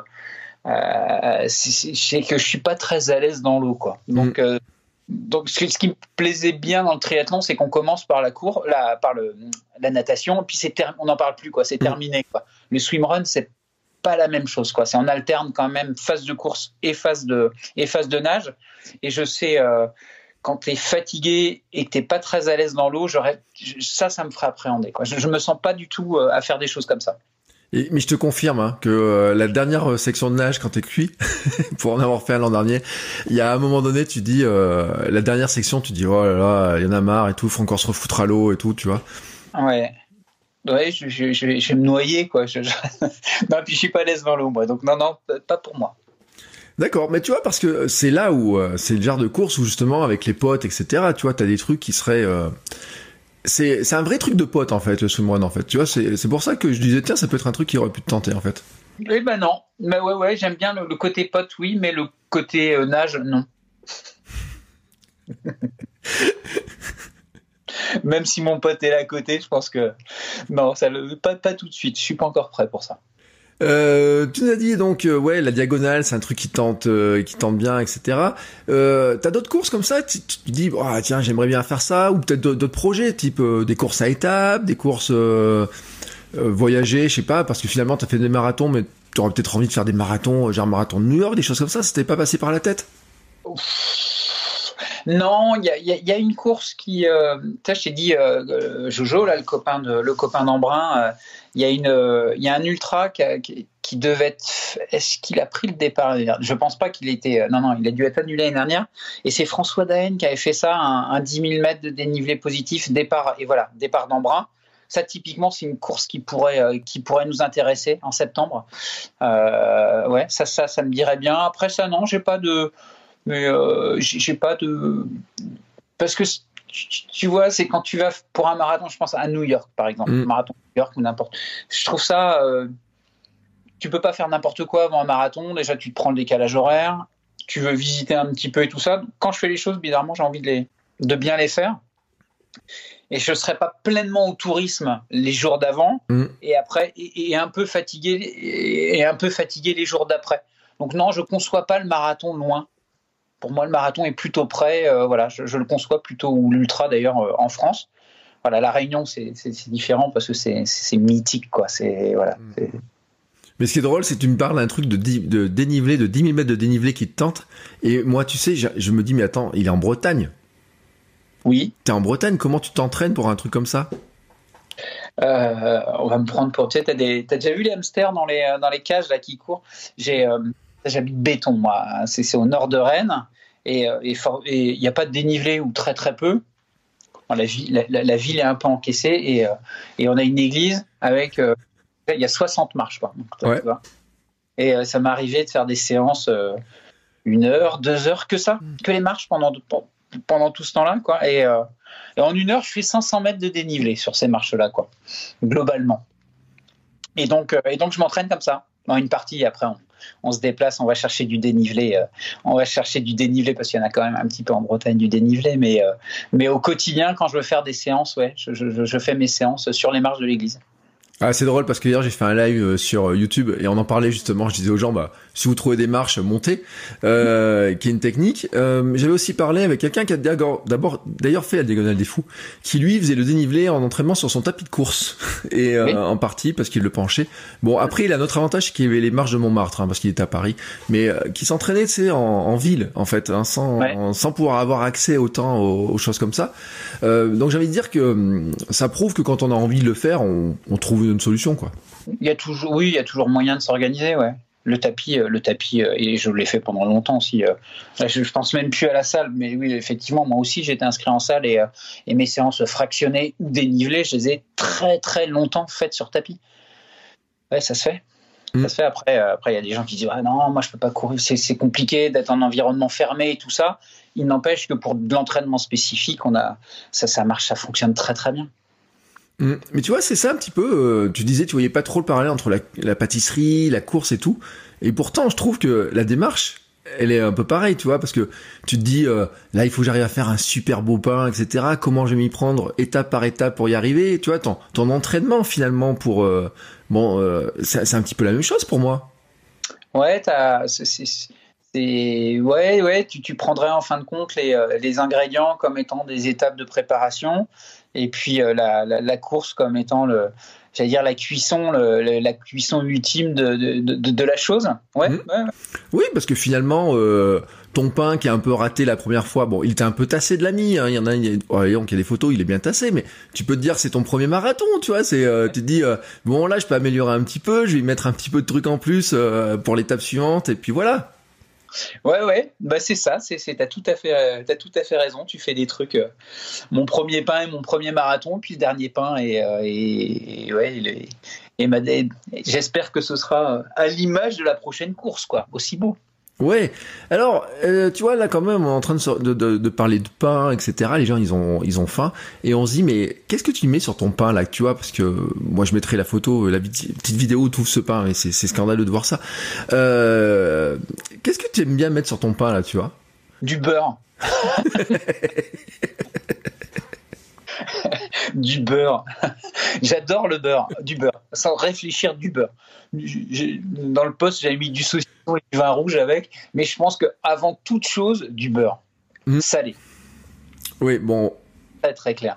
Speaker 2: c'est que je suis pas très à l'aise dans l'eau, quoi. Donc, ce qui me plaisait bien dans le triathlon, c'est qu'on commence par la natation, et puis on n'en parle plus, quoi. C'est terminé, quoi. Le swimrun, c'est pas la même chose, quoi. On alterne quand même phase de course et phase de nage. Et je sais, quand t'es fatigué et que t'es pas très à l'aise dans l'eau, ça me ferait appréhender, quoi. Je me sens pas du tout à faire des choses comme ça.
Speaker 1: Mais je te confirme que la dernière section de nage, quand t'es cuit, pour en avoir fait un l'an dernier, il y a un moment donné, tu dis, la dernière section, tu dis, oh là là, il y en a marre et tout, faut encore se refoutre à l'eau et tout, tu vois.
Speaker 2: Ouais, je vais me noyer, quoi. Non, puis je suis pas à l'aise dans l'eau, moi, donc non, pas pour moi.
Speaker 1: D'accord, mais tu vois, parce que c'est là où, c'est le genre de course où justement, avec les potes, etc., tu vois, t'as des trucs qui seraient... C'est un vrai truc de pote, en fait, le swimrun, en fait. Tu vois, c'est pour ça que je disais, tiens, ça peut être un truc qui aurait pu te tenter, en fait.
Speaker 2: Eh ben non. Mais ouais, j'aime bien le côté pote, oui, mais le côté nage, non. Même si mon pote est là à côté, je pense que non, pas tout de suite. Je suis pas encore prêt pour ça.
Speaker 1: Tu nous as dit donc la diagonale, c'est un truc qui tente bien, etc. T'as d'autres courses comme ça, tu te dis tiens, j'aimerais bien faire ça, ou peut-être d'autres projets type des courses à étapes, des courses voyager, je sais pas, parce que finalement t'as fait des marathons, mais t'aurais peut-être envie de faire des marathons, genre marathon de New York, des choses comme ça t'était pas passé par la tête?
Speaker 2: Non, il y a une course qui, je t'ai dit, Jojo, là, le copain d'Embrun, il y a un ultra qui devait être. Est-ce qu'il a pris le départ l'année dernière? Je pense pas qu'il était. Non, il a dû être annulé l'année dernière. Et c'est François Daen qui avait fait ça, un 10 000 mètres de dénivelé positif, départ d'Embrun. Ça, typiquement, c'est une course qui pourrait nous intéresser en septembre. Ça me dirait bien. Après ça, non, j'ai pas de. Mais j'ai pas de... Parce que tu vois, c'est quand tu vas pour un marathon, je pense à New York, par exemple, marathon de New York ou n'importe. Je trouve ça... tu peux pas faire n'importe quoi avant un marathon. Déjà, tu te prends le décalage horaire. Tu veux visiter un petit peu et tout ça. Quand je fais les choses, bizarrement, j'ai envie de bien les faire. Et je ne serai pas pleinement au tourisme les jours d'avant et après et un peu fatigué les jours d'après. Donc non, je ne conçois pas le marathon loin. Pour moi, le marathon est plutôt près. Voilà, je le conçois plutôt, ou l'ultra d'ailleurs en France. Voilà, la Réunion, c'est différent parce que c'est mythique, quoi. Voilà.
Speaker 1: Mais ce qui est drôle, c'est que tu me parles d'un truc de dénivelé, de 10 000 mètres de dénivelé qui te tente. Et moi, tu sais, je me dis, mais attends, il est en Bretagne.
Speaker 2: Oui.
Speaker 1: T'es en Bretagne, comment tu t'entraînes pour un truc comme ça ?
Speaker 2: On va me prendre pour... Tu sais, t'as déjà vu les hamsters dans les cages là, qui courent ? J'habite Béton, moi. C'est au nord de Rennes. Et il n'y a pas de dénivelé, ou très très peu. La ville est un peu encaissée. Et on a une église avec... il y a 60 marches, quoi. Donc, tu vois. Et ça m'est arrivé de faire des séances 1 heure, 2 heures, que les marches pendant tout ce temps-là, quoi. Et en 1 heure, je fais 500 mètres de dénivelé sur ces marches-là, quoi, globalement. Et donc, je m'entraîne comme ça. Dans une partie, après, on se déplace, on va chercher du dénivelé. Parce qu'il y en a quand même un petit peu en Bretagne du dénivelé. Mais au quotidien, quand je veux faire des séances, je fais mes séances sur les marches de l'église.
Speaker 1: Ah, c'est drôle parce que hier j'ai fait un live sur YouTube et on en parlait justement. Je disais aux gens, si vous trouvez des marches, montez, qui est une technique. J'avais aussi parlé avec quelqu'un qui a d'ailleurs fait la Diagonale des Fous, qui lui faisait le dénivelé en entraînement sur son tapis de course et en partie parce qu'il le penchait. Bon, après il a un autre avantage, c'est qu'il y avait les marches de Montmartre, parce qu'il était à Paris, mais qui s'entraînait, tu sais, en ville en fait, sans pouvoir avoir accès autant aux choses comme ça. Donc j'ai envie de dire que ça prouve que quand on a envie de le faire, on trouve une solution, quoi.
Speaker 2: Il y a toujours moyen de s'organiser, ouais. Le tapis, et je l'ai fait pendant longtemps aussi. Je pense même plus à la salle, mais oui, effectivement, moi aussi j'étais inscrit en salle et mes séances fractionnées ou dénivelées, je les ai très très longtemps faites sur tapis. Ouais, ça se fait. Ça se fait. Après, il y a des gens qui disent non, moi je peux pas courir, c'est compliqué d'être en environnement fermé et tout ça. Il n'empêche que pour de l'entraînement spécifique, ça marche, ça fonctionne très très bien.
Speaker 1: Mais tu vois, c'est ça un petit peu, tu disais tu voyais pas trop le parallèle entre la pâtisserie, la course et tout, et pourtant je trouve que la démarche, elle est un peu pareille, tu vois, parce que tu te dis, là il faut que j'arrive à faire un super beau pain, etc., comment je vais m'y prendre étape par étape pour y arriver, tu vois, ton entraînement finalement pour... c'est un petit peu la même chose pour moi.
Speaker 2: Ouais, tu prendrais en fin de compte les ingrédients comme étant des étapes de préparation, et puis la course comme étant la cuisson, la cuisson ultime de la chose. Ouais.
Speaker 1: Oui, parce que finalement, ton pain qui est un peu raté la première fois, bon, il était un peu tassé de la mie, hein. Il y a des photos, il est bien tassé, mais tu peux te dire c'est ton premier marathon, tu vois, tu te dis bon là je peux améliorer un petit peu, je vais mettre un petit peu de trucs en plus pour l'étape suivante, et puis voilà.
Speaker 2: Ouais, c'est ça, t'as tout à fait raison, tu fais des trucs, mon premier pain et mon premier marathon, puis le dernier pain j'espère que ce sera à l'image de la prochaine course, quoi, aussi beau.
Speaker 1: Ouais. Alors, tu vois, là, quand même, on est en train de parler de pain, etc. Les gens, ils ont faim. Et on se dit, mais qu'est-ce que tu mets sur ton pain, là, tu vois? Parce que moi, je mettrai la photo, la petite vidéo où tu ouvres ce pain. Et c'est scandaleux de voir ça. Qu'est-ce que tu aimes bien mettre sur ton pain, là, tu vois?
Speaker 2: Du beurre. Du beurre. J'adore le beurre. Du beurre. Sans réfléchir, du beurre. Dans le post, j'avais mis du saucisson et du vin rouge avec, mais je pense qu'avant toute chose, du beurre. Salé.
Speaker 1: Oui, bon.
Speaker 2: Très, très clair.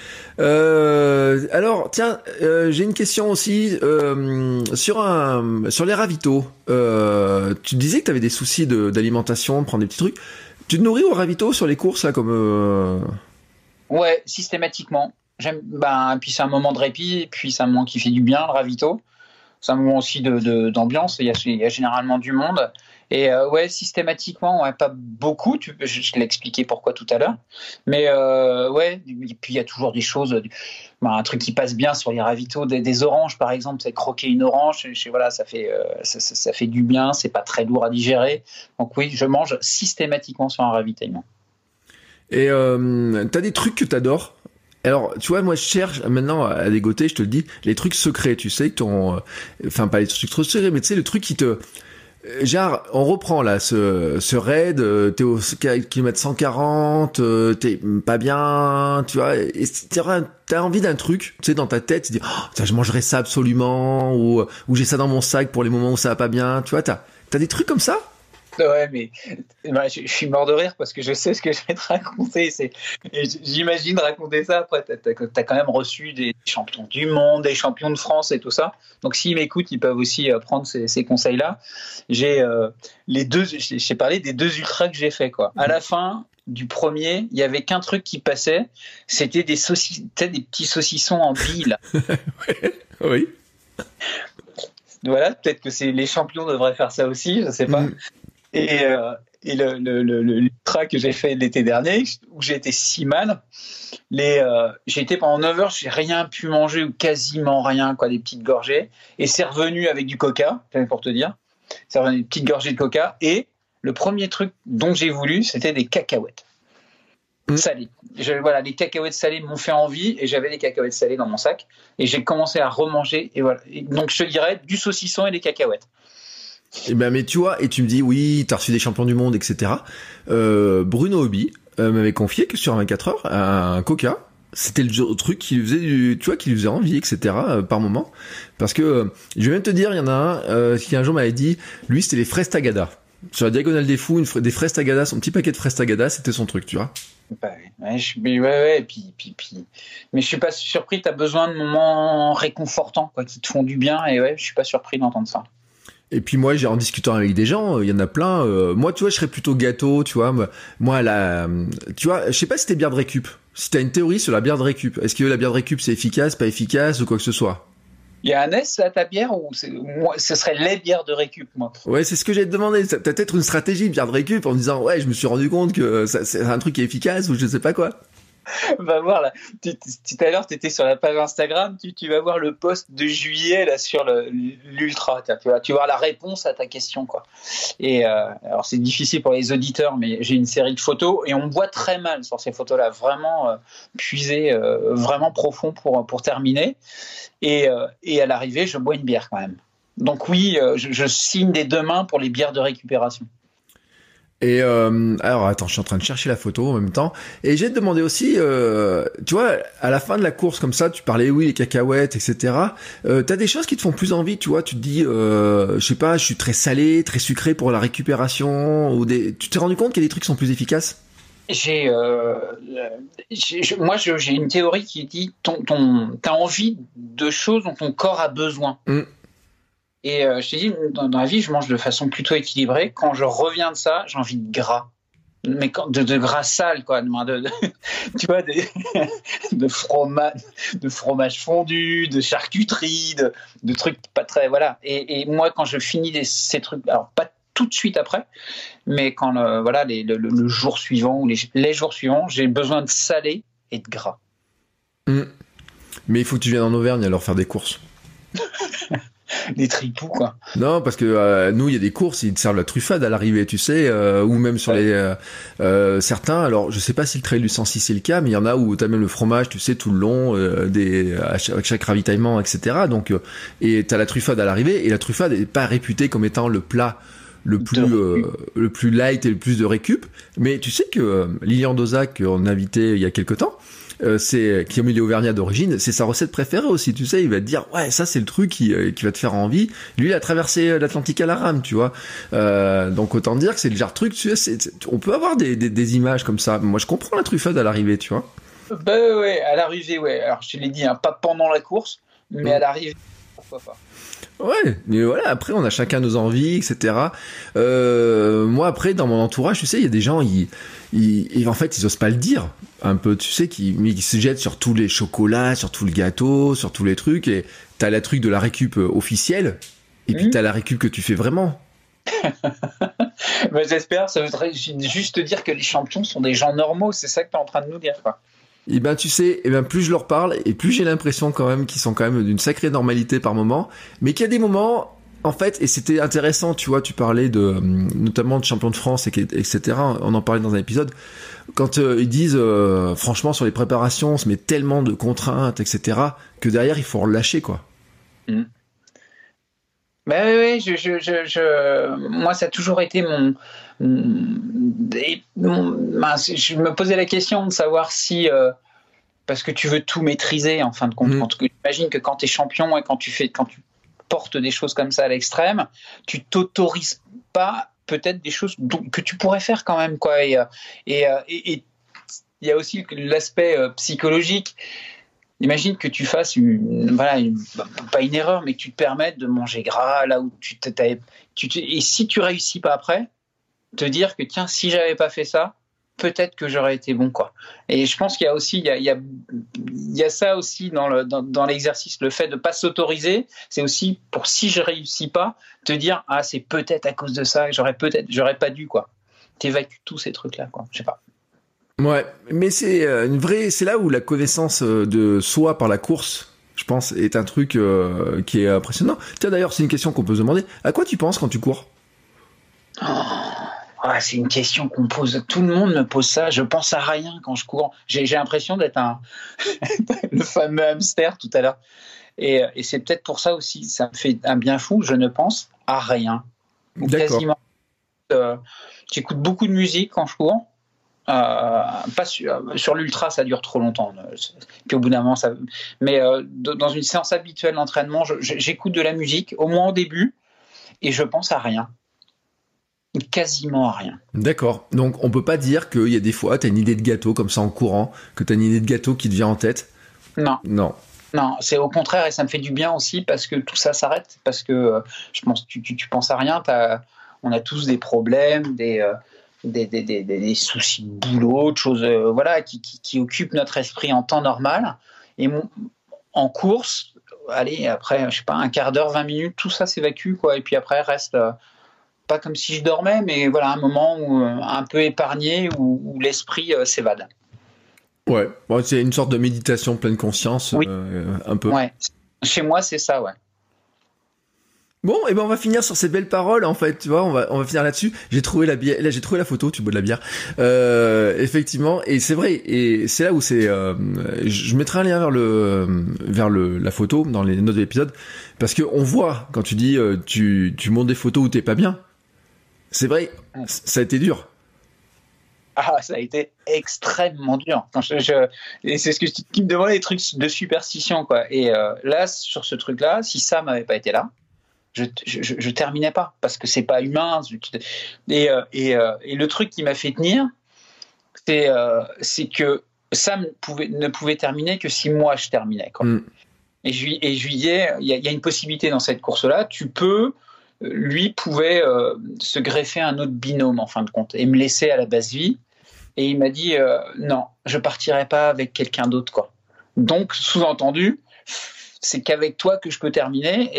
Speaker 1: Alors, tiens, j'ai une question aussi sur les ravitaux. Tu disais que tu avais des soucis d'alimentation, de prendre des petits trucs. Tu te nourris au ravito sur les courses, là, comme...
Speaker 2: Ouais, systématiquement. Puis c'est un moment de répit, puis c'est un moment qui fait du bien, le ravito. c'est un moment aussi d'ambiance. Il y a généralement du monde. Et ouais, systématiquement, ouais, pas beaucoup. Je l'ai expliqué pourquoi tout à l'heure. Mais ouais, et puis il y a toujours des choses. Un truc qui passe bien sur les ravitaux, des oranges par exemple, c'est croquer une orange. Voilà, ça fait du bien. C'est pas très lourd à digérer. Donc oui, je mange systématiquement sur un ravitaillement.
Speaker 1: Et t'as des trucs que t'adores? Alors, tu vois, moi, je cherche maintenant à dégoter, je te le dis, les trucs secrets, tu sais, enfin, pas les trucs trop secrets, mais tu sais, le truc qui te... Genre, on reprend là ce raid, t'es au kilomètre 140, t'es pas bien, tu vois, et t'as envie d'un truc, tu sais, dans ta tête, tu dis, oh, ça, je mangerai ça absolument, ou j'ai ça dans mon sac pour les moments où ça va pas bien, tu vois, t'as des trucs comme ça?
Speaker 2: Ouais, mais je suis mort de rire parce que je sais ce que je vais te raconter. Et j'imagine raconter ça. Après, t'as quand même reçu des champions du monde, des champions de France et tout ça. Donc, s'ils m'écoutent, ils peuvent aussi prendre ces conseils-là. J'ai parlé des 2 ultras que j'ai fait, quoi. À la fin du premier, il y avait qu'un truc qui passait. C'était des petits saucissons en billes.
Speaker 1: Oui.
Speaker 2: Voilà, peut-être que les champions devraient faire ça aussi, je sais pas. Et l'ultra que j'ai fait l'été dernier, où j'ai été si mal, j'ai été pendant 9 heures, j'ai rien pu manger ou quasiment rien, quoi, des petites gorgées. Et c'est revenu avec du coca, pour te dire. C'est revenu des petites gorgées de coca. Et le premier truc dont j'ai voulu, c'était des cacahuètes salées. Voilà, les cacahuètes salées m'ont fait envie et j'avais des cacahuètes salées dans mon sac. Et j'ai commencé à remanger. Et voilà. Et donc je te dirais du saucisson et des cacahuètes.
Speaker 1: Et ben, mais tu vois, et tu me dis, oui, t'as reçu des champions du monde, etc. Bruno Hobby m'avait confié que sur 24 heures, un coca, c'était le truc qui lui faisait qui lui faisait envie, etc. Par moment. Parce que, je vais même te dire, il y en a un qui un jour m'avait dit, lui, c'était les fraises Tagada. Sur la diagonale des fous, des fraises Tagada, son petit paquet de fraises Tagada, c'était son truc, tu vois.
Speaker 2: Ouais, puis. Mais je suis pas surpris, t'as besoin de moments réconfortants, quoi, qui te font du bien, et ouais, je suis pas surpris d'entendre ça.
Speaker 1: Et puis moi, en discutant avec des gens, il y en a plein. Moi, tu vois, je serais plutôt gâteau, tu vois. Moi, tu vois, je sais pas si t'es bière de récup. Si t'as une théorie sur la bière de récup, est-ce que la bière de récup c'est efficace, pas efficace ou quoi que ce soit?
Speaker 2: Il y a un S à ta bière ou moi, ce serait les bières de récup, moi?
Speaker 1: Ouais, c'est ce que j'ai demandé. T'as peut-être une stratégie bière de récup en me disant, ouais, je me suis rendu compte que c'est un truc qui est efficace ou je sais pas quoi.
Speaker 2: Va voir là. Tout à l'heure, tu étais sur la page Instagram. Tu vas voir le post de juillet là sur l'ultra. Tu vas voir la réponse à ta question, quoi. Et alors c'est difficile pour les auditeurs, mais j'ai une série de photos et on me voit très mal sur ces photos-là, vraiment puisé, vraiment profond pour terminer. Et à l'arrivée, je bois une bière quand même. Donc oui, je signe des 2 mains pour les bières de récupération.
Speaker 1: Et alors attends, je suis en train de chercher la photo en même temps. Et j'ai demandé aussi, tu vois, à la fin de la course comme ça, tu parlais oui les cacahuètes, etc. T'as des choses qui te font plus envie, tu vois. Tu te dis, je sais pas, je suis très salé, très sucré pour la récupération, tu t'es rendu compte qu'il y a des trucs qui sont plus efficaces?
Speaker 2: Moi, j'ai une théorie qui dit t'as envie de choses dont ton corps a besoin. Et je t'ai dit, dans la vie, je mange de façon plutôt équilibrée. Quand je reviens de ça, j'ai envie de gras. Mais de gras sale, quoi. Tu vois, de fromage fondu, de charcuterie, de trucs pas très... Voilà. Et moi, quand je finis ces trucs... Alors, pas tout de suite après, mais quand le jour suivant ou les jours suivants, j'ai besoin de salé et de gras.
Speaker 1: Mais il faut que tu viennes en Auvergne alors faire des courses.
Speaker 2: Des tripous, quoi.
Speaker 1: Non, parce que nous, il y a des courses, ils te servent la truffade à l'arrivée, tu sais, ou même sur certains. Alors, je sais pas si le trail du 106 c'est le cas, mais il y en a où t'as même le fromage, tu sais, tout le long, avec chaque ravitaillement, etc. Donc, et t'as la truffade à l'arrivée, et la truffade est pas réputée comme étant le plat le plus light et le plus de récup. Mais tu sais que Lilian Dozac, qu'on a invité il y a quelque temps, qui est auvergnat d'origine, c'est sa recette préférée aussi, tu sais, il va te dire ouais ça c'est le truc qui va te faire envie. Lui il a traversé l'Atlantique à la rame, tu vois, donc autant dire que c'est le genre de truc, tu sais, on peut avoir des images comme ça. Moi je comprends la truffade à l'arrivée, tu vois.
Speaker 2: Ouais, à l'arrivée, ouais. Alors je te l'ai dit, hein, pas pendant la course, mais à l'arrivée, pourquoi pas.
Speaker 1: Ouais, mais voilà, après on a chacun nos envies, etc. Moi après dans mon entourage, tu sais, il y a des gens, en fait ils osent pas le dire, un peu, tu sais, mais qui se jettent sur tous les chocolats, sur tout le gâteau, sur tous les trucs, et t'as la truc de la récup officielle, et puis t'as la récup que tu fais vraiment.
Speaker 2: Bah, j'espère, ça voudrait juste te dire que les champions sont des gens normaux, c'est ça que t'es en train de nous dire, quoi.
Speaker 1: Et ben tu sais, plus je leur parle, et plus j'ai l'impression quand même qu'ils sont quand même d'une sacrée normalité par moment, mais qu'il y a des moments, en fait, et c'était intéressant, tu vois, tu parlais notamment de champion de France, etc. On en parlait dans un épisode, quand ils disent, franchement, sur les préparations, on se met tellement de contraintes, etc., que derrière il faut relâcher, quoi.
Speaker 2: Ben oui, moi ça a toujours été je me posais la question de savoir si, parce que tu veux tout maîtriser en fin de compte. J'imagine que quand tu es champion et quand tu portes des choses comme ça à l'extrême, tu t'autorises pas peut-être des choses que tu pourrais faire quand même, quoi. Et il y a aussi l'aspect psychologique. Imagine que tu fasses pas une erreur, mais que tu te permettes de manger gras là où et si tu réussis pas après, te dire que tiens, si j'avais pas fait ça, peut-être que j'aurais été bon, quoi. Et je pense qu'il y a aussi, il y a ça aussi dans l'exercice, le fait de pas s'autoriser, c'est aussi pour si je réussis pas, te dire c'est peut-être à cause de ça, j'aurais pas dû, quoi. T'évacues tous ces trucs là, quoi. Je sais pas.
Speaker 1: Ouais, mais c'est c'est là où la connaissance de soi par la course, je pense, est un truc qui est impressionnant. Tiens, d'ailleurs, c'est une question qu'on peut se demander. À quoi tu penses quand tu cours ?
Speaker 2: C'est une question qu'on pose. Tout le monde me pose ça. Je pense à rien quand je cours. J'ai l'impression d'être le fameux hamster tout à l'heure. Et c'est peut-être pour ça aussi, ça me fait un bien fou. Je ne pense à rien.
Speaker 1: D'accord.
Speaker 2: Quasiment. J'écoute beaucoup de musique quand je cours. Pas sur l'ultra, ça dure trop longtemps. Puis au bout d'un moment, mais dans une séance habituelle d'entraînement, j'écoute de la musique, au moins au début, et je pense à rien. Quasiment à rien.
Speaker 1: D'accord. Donc on peut pas dire qu'il y a des fois, t'as une idée de gâteau comme ça en courant, que t'as une idée de gâteau qui te vient en tête. Non, c'est au contraire, et ça me fait du bien aussi parce que tout ça s'arrête, parce que je pense tu penses à rien. On a tous des problèmes, des soucis de boulot, de choses qui occupent notre esprit en temps normal. Et en course, après, je sais pas, un quart d'heure, 20 minutes, tout ça s'évacue, quoi. Et puis après, reste pas comme si je dormais, mais voilà, un moment un peu épargné où l'esprit s'évade. Ouais, c'est une sorte de méditation pleine conscience, oui. Un peu.
Speaker 2: Ouais, chez moi, c'est ça, ouais.
Speaker 1: Bon, et ben on va finir sur ces belles paroles, en fait, tu vois, on va finir là-dessus. J'ai trouvé la bière, là j'ai trouvé la photo, tu bois de la bière. Effectivement, et c'est vrai, et c'est là où c'est je mettrai un lien vers la photo dans les notes de l'épisode, parce que on voit quand tu dis tu montes des photos où t'es pas bien. C'est vrai, ça a été dur.
Speaker 2: Ça a été extrêmement dur. Et c'est ce que tu me demandais, les trucs de superstition, quoi. Et là, sur ce truc-là, si ça m'avait pas été là, je terminais pas, parce que c'est pas humain. Et le truc qui m'a fait tenir, c'est que ça ne pouvait terminer que si moi je terminais, quoi. Et je lui disais, il y a une possibilité dans cette course-là, lui pouvait se greffer un autre binôme en fin de compte et me laisser à la basse vie. Et il m'a dit non, je partirai pas avec quelqu'un d'autre, quoi. Donc sous-entendu, c'est qu'avec toi que je peux terminer.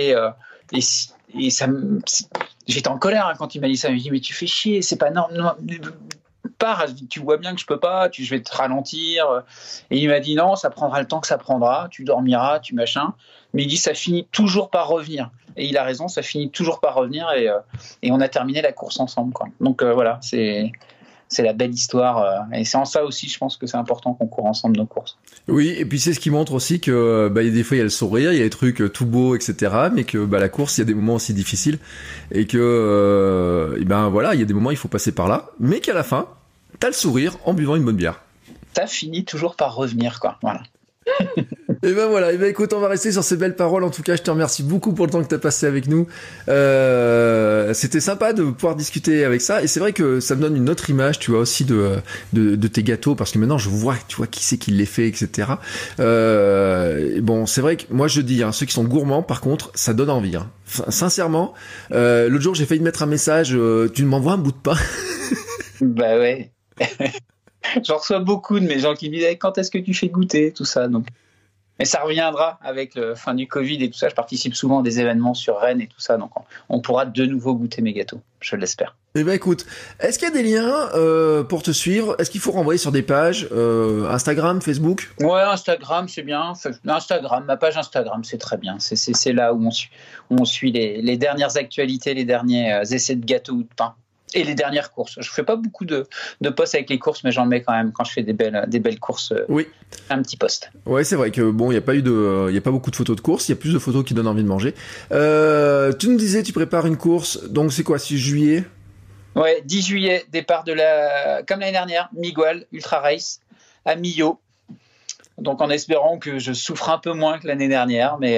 Speaker 2: Et ça j'étais en colère quand il m'a dit ça. Il m'a dit mais tu fais chier, c'est pas normal. Pars, tu vois bien que je peux pas, je vais te ralentir. Et il m'a dit non, ça prendra le temps que ça prendra, tu dormiras, tu machin. Mais il dit ça finit toujours par revenir. Et il a raison, ça finit toujours par revenir et on a terminé la course ensemble, quoi. Donc voilà, c'est la belle histoire. Et c'est en ça aussi, je pense que c'est important qu'on court ensemble nos courses.
Speaker 1: Oui, et puis c'est ce qui montre aussi que des fois il y a le sourire, il y a des trucs tout beaux, etc. Mais que la course, il y a des moments aussi difficiles et que voilà, il y a des moments il faut passer par là, mais qu'à la fin, t'as le sourire en buvant une bonne bière.
Speaker 2: Ça finit toujours par revenir, quoi. Voilà.
Speaker 1: Et ben voilà, et ben écoute, on va rester sur ces belles paroles. En tout cas, je te remercie beaucoup pour le temps que tu as passé avec nous. C'était sympa de pouvoir discuter avec ça, et c'est vrai que ça me donne une autre image, tu vois, aussi de tes gâteaux, parce que maintenant je vois, tu vois, qui c'est qui les fait, etc. Bon, c'est vrai que moi je dis, ceux qui sont gourmands, par contre, ça donne envie. Sincèrement, l'autre jour j'ai failli te mettre un message, tu m'envoies un bout de pain.
Speaker 2: Bah ouais. J'en reçois beaucoup de mes gens qui me disent quand est-ce que tu fais goûter tout ça, donc. Mais ça reviendra avec le fin du Covid et tout ça. Je participe souvent à des événements sur Rennes et tout ça, donc on pourra de nouveau goûter mes gâteaux, je l'espère.
Speaker 1: Eh ben écoute, est-ce qu'il y a des liens pour te suivre? Est-ce qu'il faut renvoyer sur des pages Instagram, Facebook?
Speaker 2: Ouais, Instagram c'est bien. Instagram, ma page Instagram c'est très bien. C'est là où on suit les dernières actualités, les derniers essais de gâteaux ou de pain. Et les dernières courses. Je fais pas beaucoup de posts avec les courses, mais j'en mets quand même quand je fais des belles courses.
Speaker 1: Oui.
Speaker 2: Un petit post.
Speaker 1: Ouais, c'est vrai que bon, il y a pas beaucoup de photos de courses. Il y a plus de photos qui donnent envie de manger. Tu nous disais, tu prépares une course. Donc c'est quoi, 6 juillet?
Speaker 2: Ouais, 10 juillet, départ comme l'année dernière, Miguel Ultra Race à Millau. Donc en espérant que je souffre un peu moins que l'année dernière, mais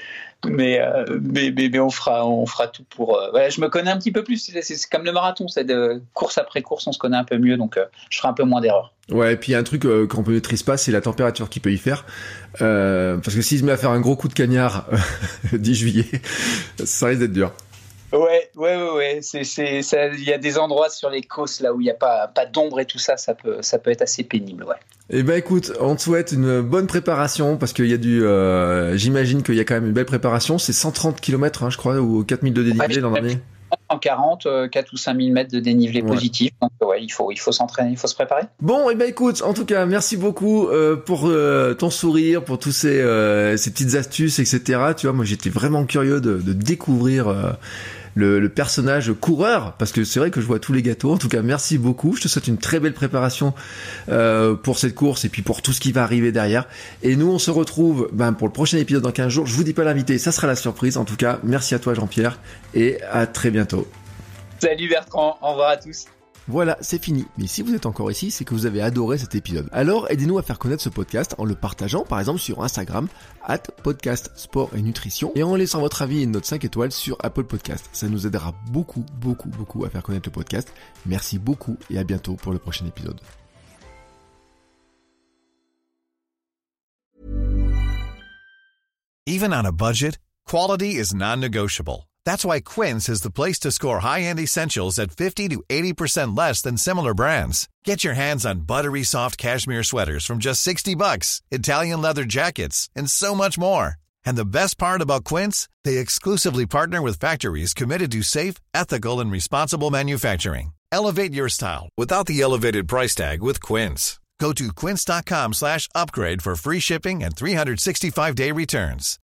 Speaker 2: on fera tout pour. Voilà, je me connais un petit peu plus. C'est comme le marathon, c'est de course après course, on se connaît un peu mieux, donc je ferai un peu moins d'erreurs.
Speaker 1: Ouais, et puis il y a un truc qu'on ne maîtrise pas, c'est la température qu'il peut y faire. Parce que s'il se met à faire un gros coup de cagnard 10 juillet, ça risque d'être dur.
Speaker 2: Ouais. Il y a des endroits sur les côtes là où il n'y a pas d'ombre et tout ça, ça peut être assez pénible, ouais.
Speaker 1: Eh ben écoute, on te souhaite une bonne préparation, parce qu'il y a j'imagine qu'il y a quand même une belle préparation. C'est 130 km, je crois, ou 4000 de dénivelé dans l'année.
Speaker 2: 140, 4 ou 5000 mètres de dénivelé positif. Donc ouais, il faut s'entraîner, il faut se préparer.
Speaker 1: Bon, et ben écoute, en tout cas, merci beaucoup pour ton sourire, pour tous ces petites astuces, etc. Tu vois, moi j'étais vraiment curieux de découvrir le personnage coureur, parce que c'est vrai que je vois tous les gâteaux. En tout cas, merci beaucoup. Je te souhaite une très belle préparation pour cette course et puis pour tout ce qui va arriver derrière. Et nous, on se retrouve pour le prochain épisode dans 15 jours. Je vous dis pas l'invité, ça sera la surprise. En tout cas, merci à toi Jean-Pierre et à très bientôt.
Speaker 2: Salut Bertrand, au revoir à tous.
Speaker 1: Voilà, c'est fini. Mais si vous êtes encore ici, c'est que vous avez adoré cet épisode. Alors, aidez-nous à faire connaître ce podcast en le partageant, par exemple, sur Instagram, @podcast sport et nutrition, et en laissant votre avis et une note 5 étoiles sur Apple Podcast. Ça nous aidera beaucoup à faire connaître le podcast. Merci beaucoup et à bientôt pour le prochain épisode.
Speaker 3: Even on a budget, quality is non-negotiable. That's why Quince is the place to score high-end essentials at 50 to 80% less than similar brands. Get your hands on buttery soft cashmere sweaters from just $60, Italian leather jackets, and so much more. And the best part about Quince, they exclusively partner with factories committed to safe, ethical, and responsible manufacturing. Elevate your style without the elevated price tag with Quince. Go to quince.com/upgrade for free shipping and 365-day returns.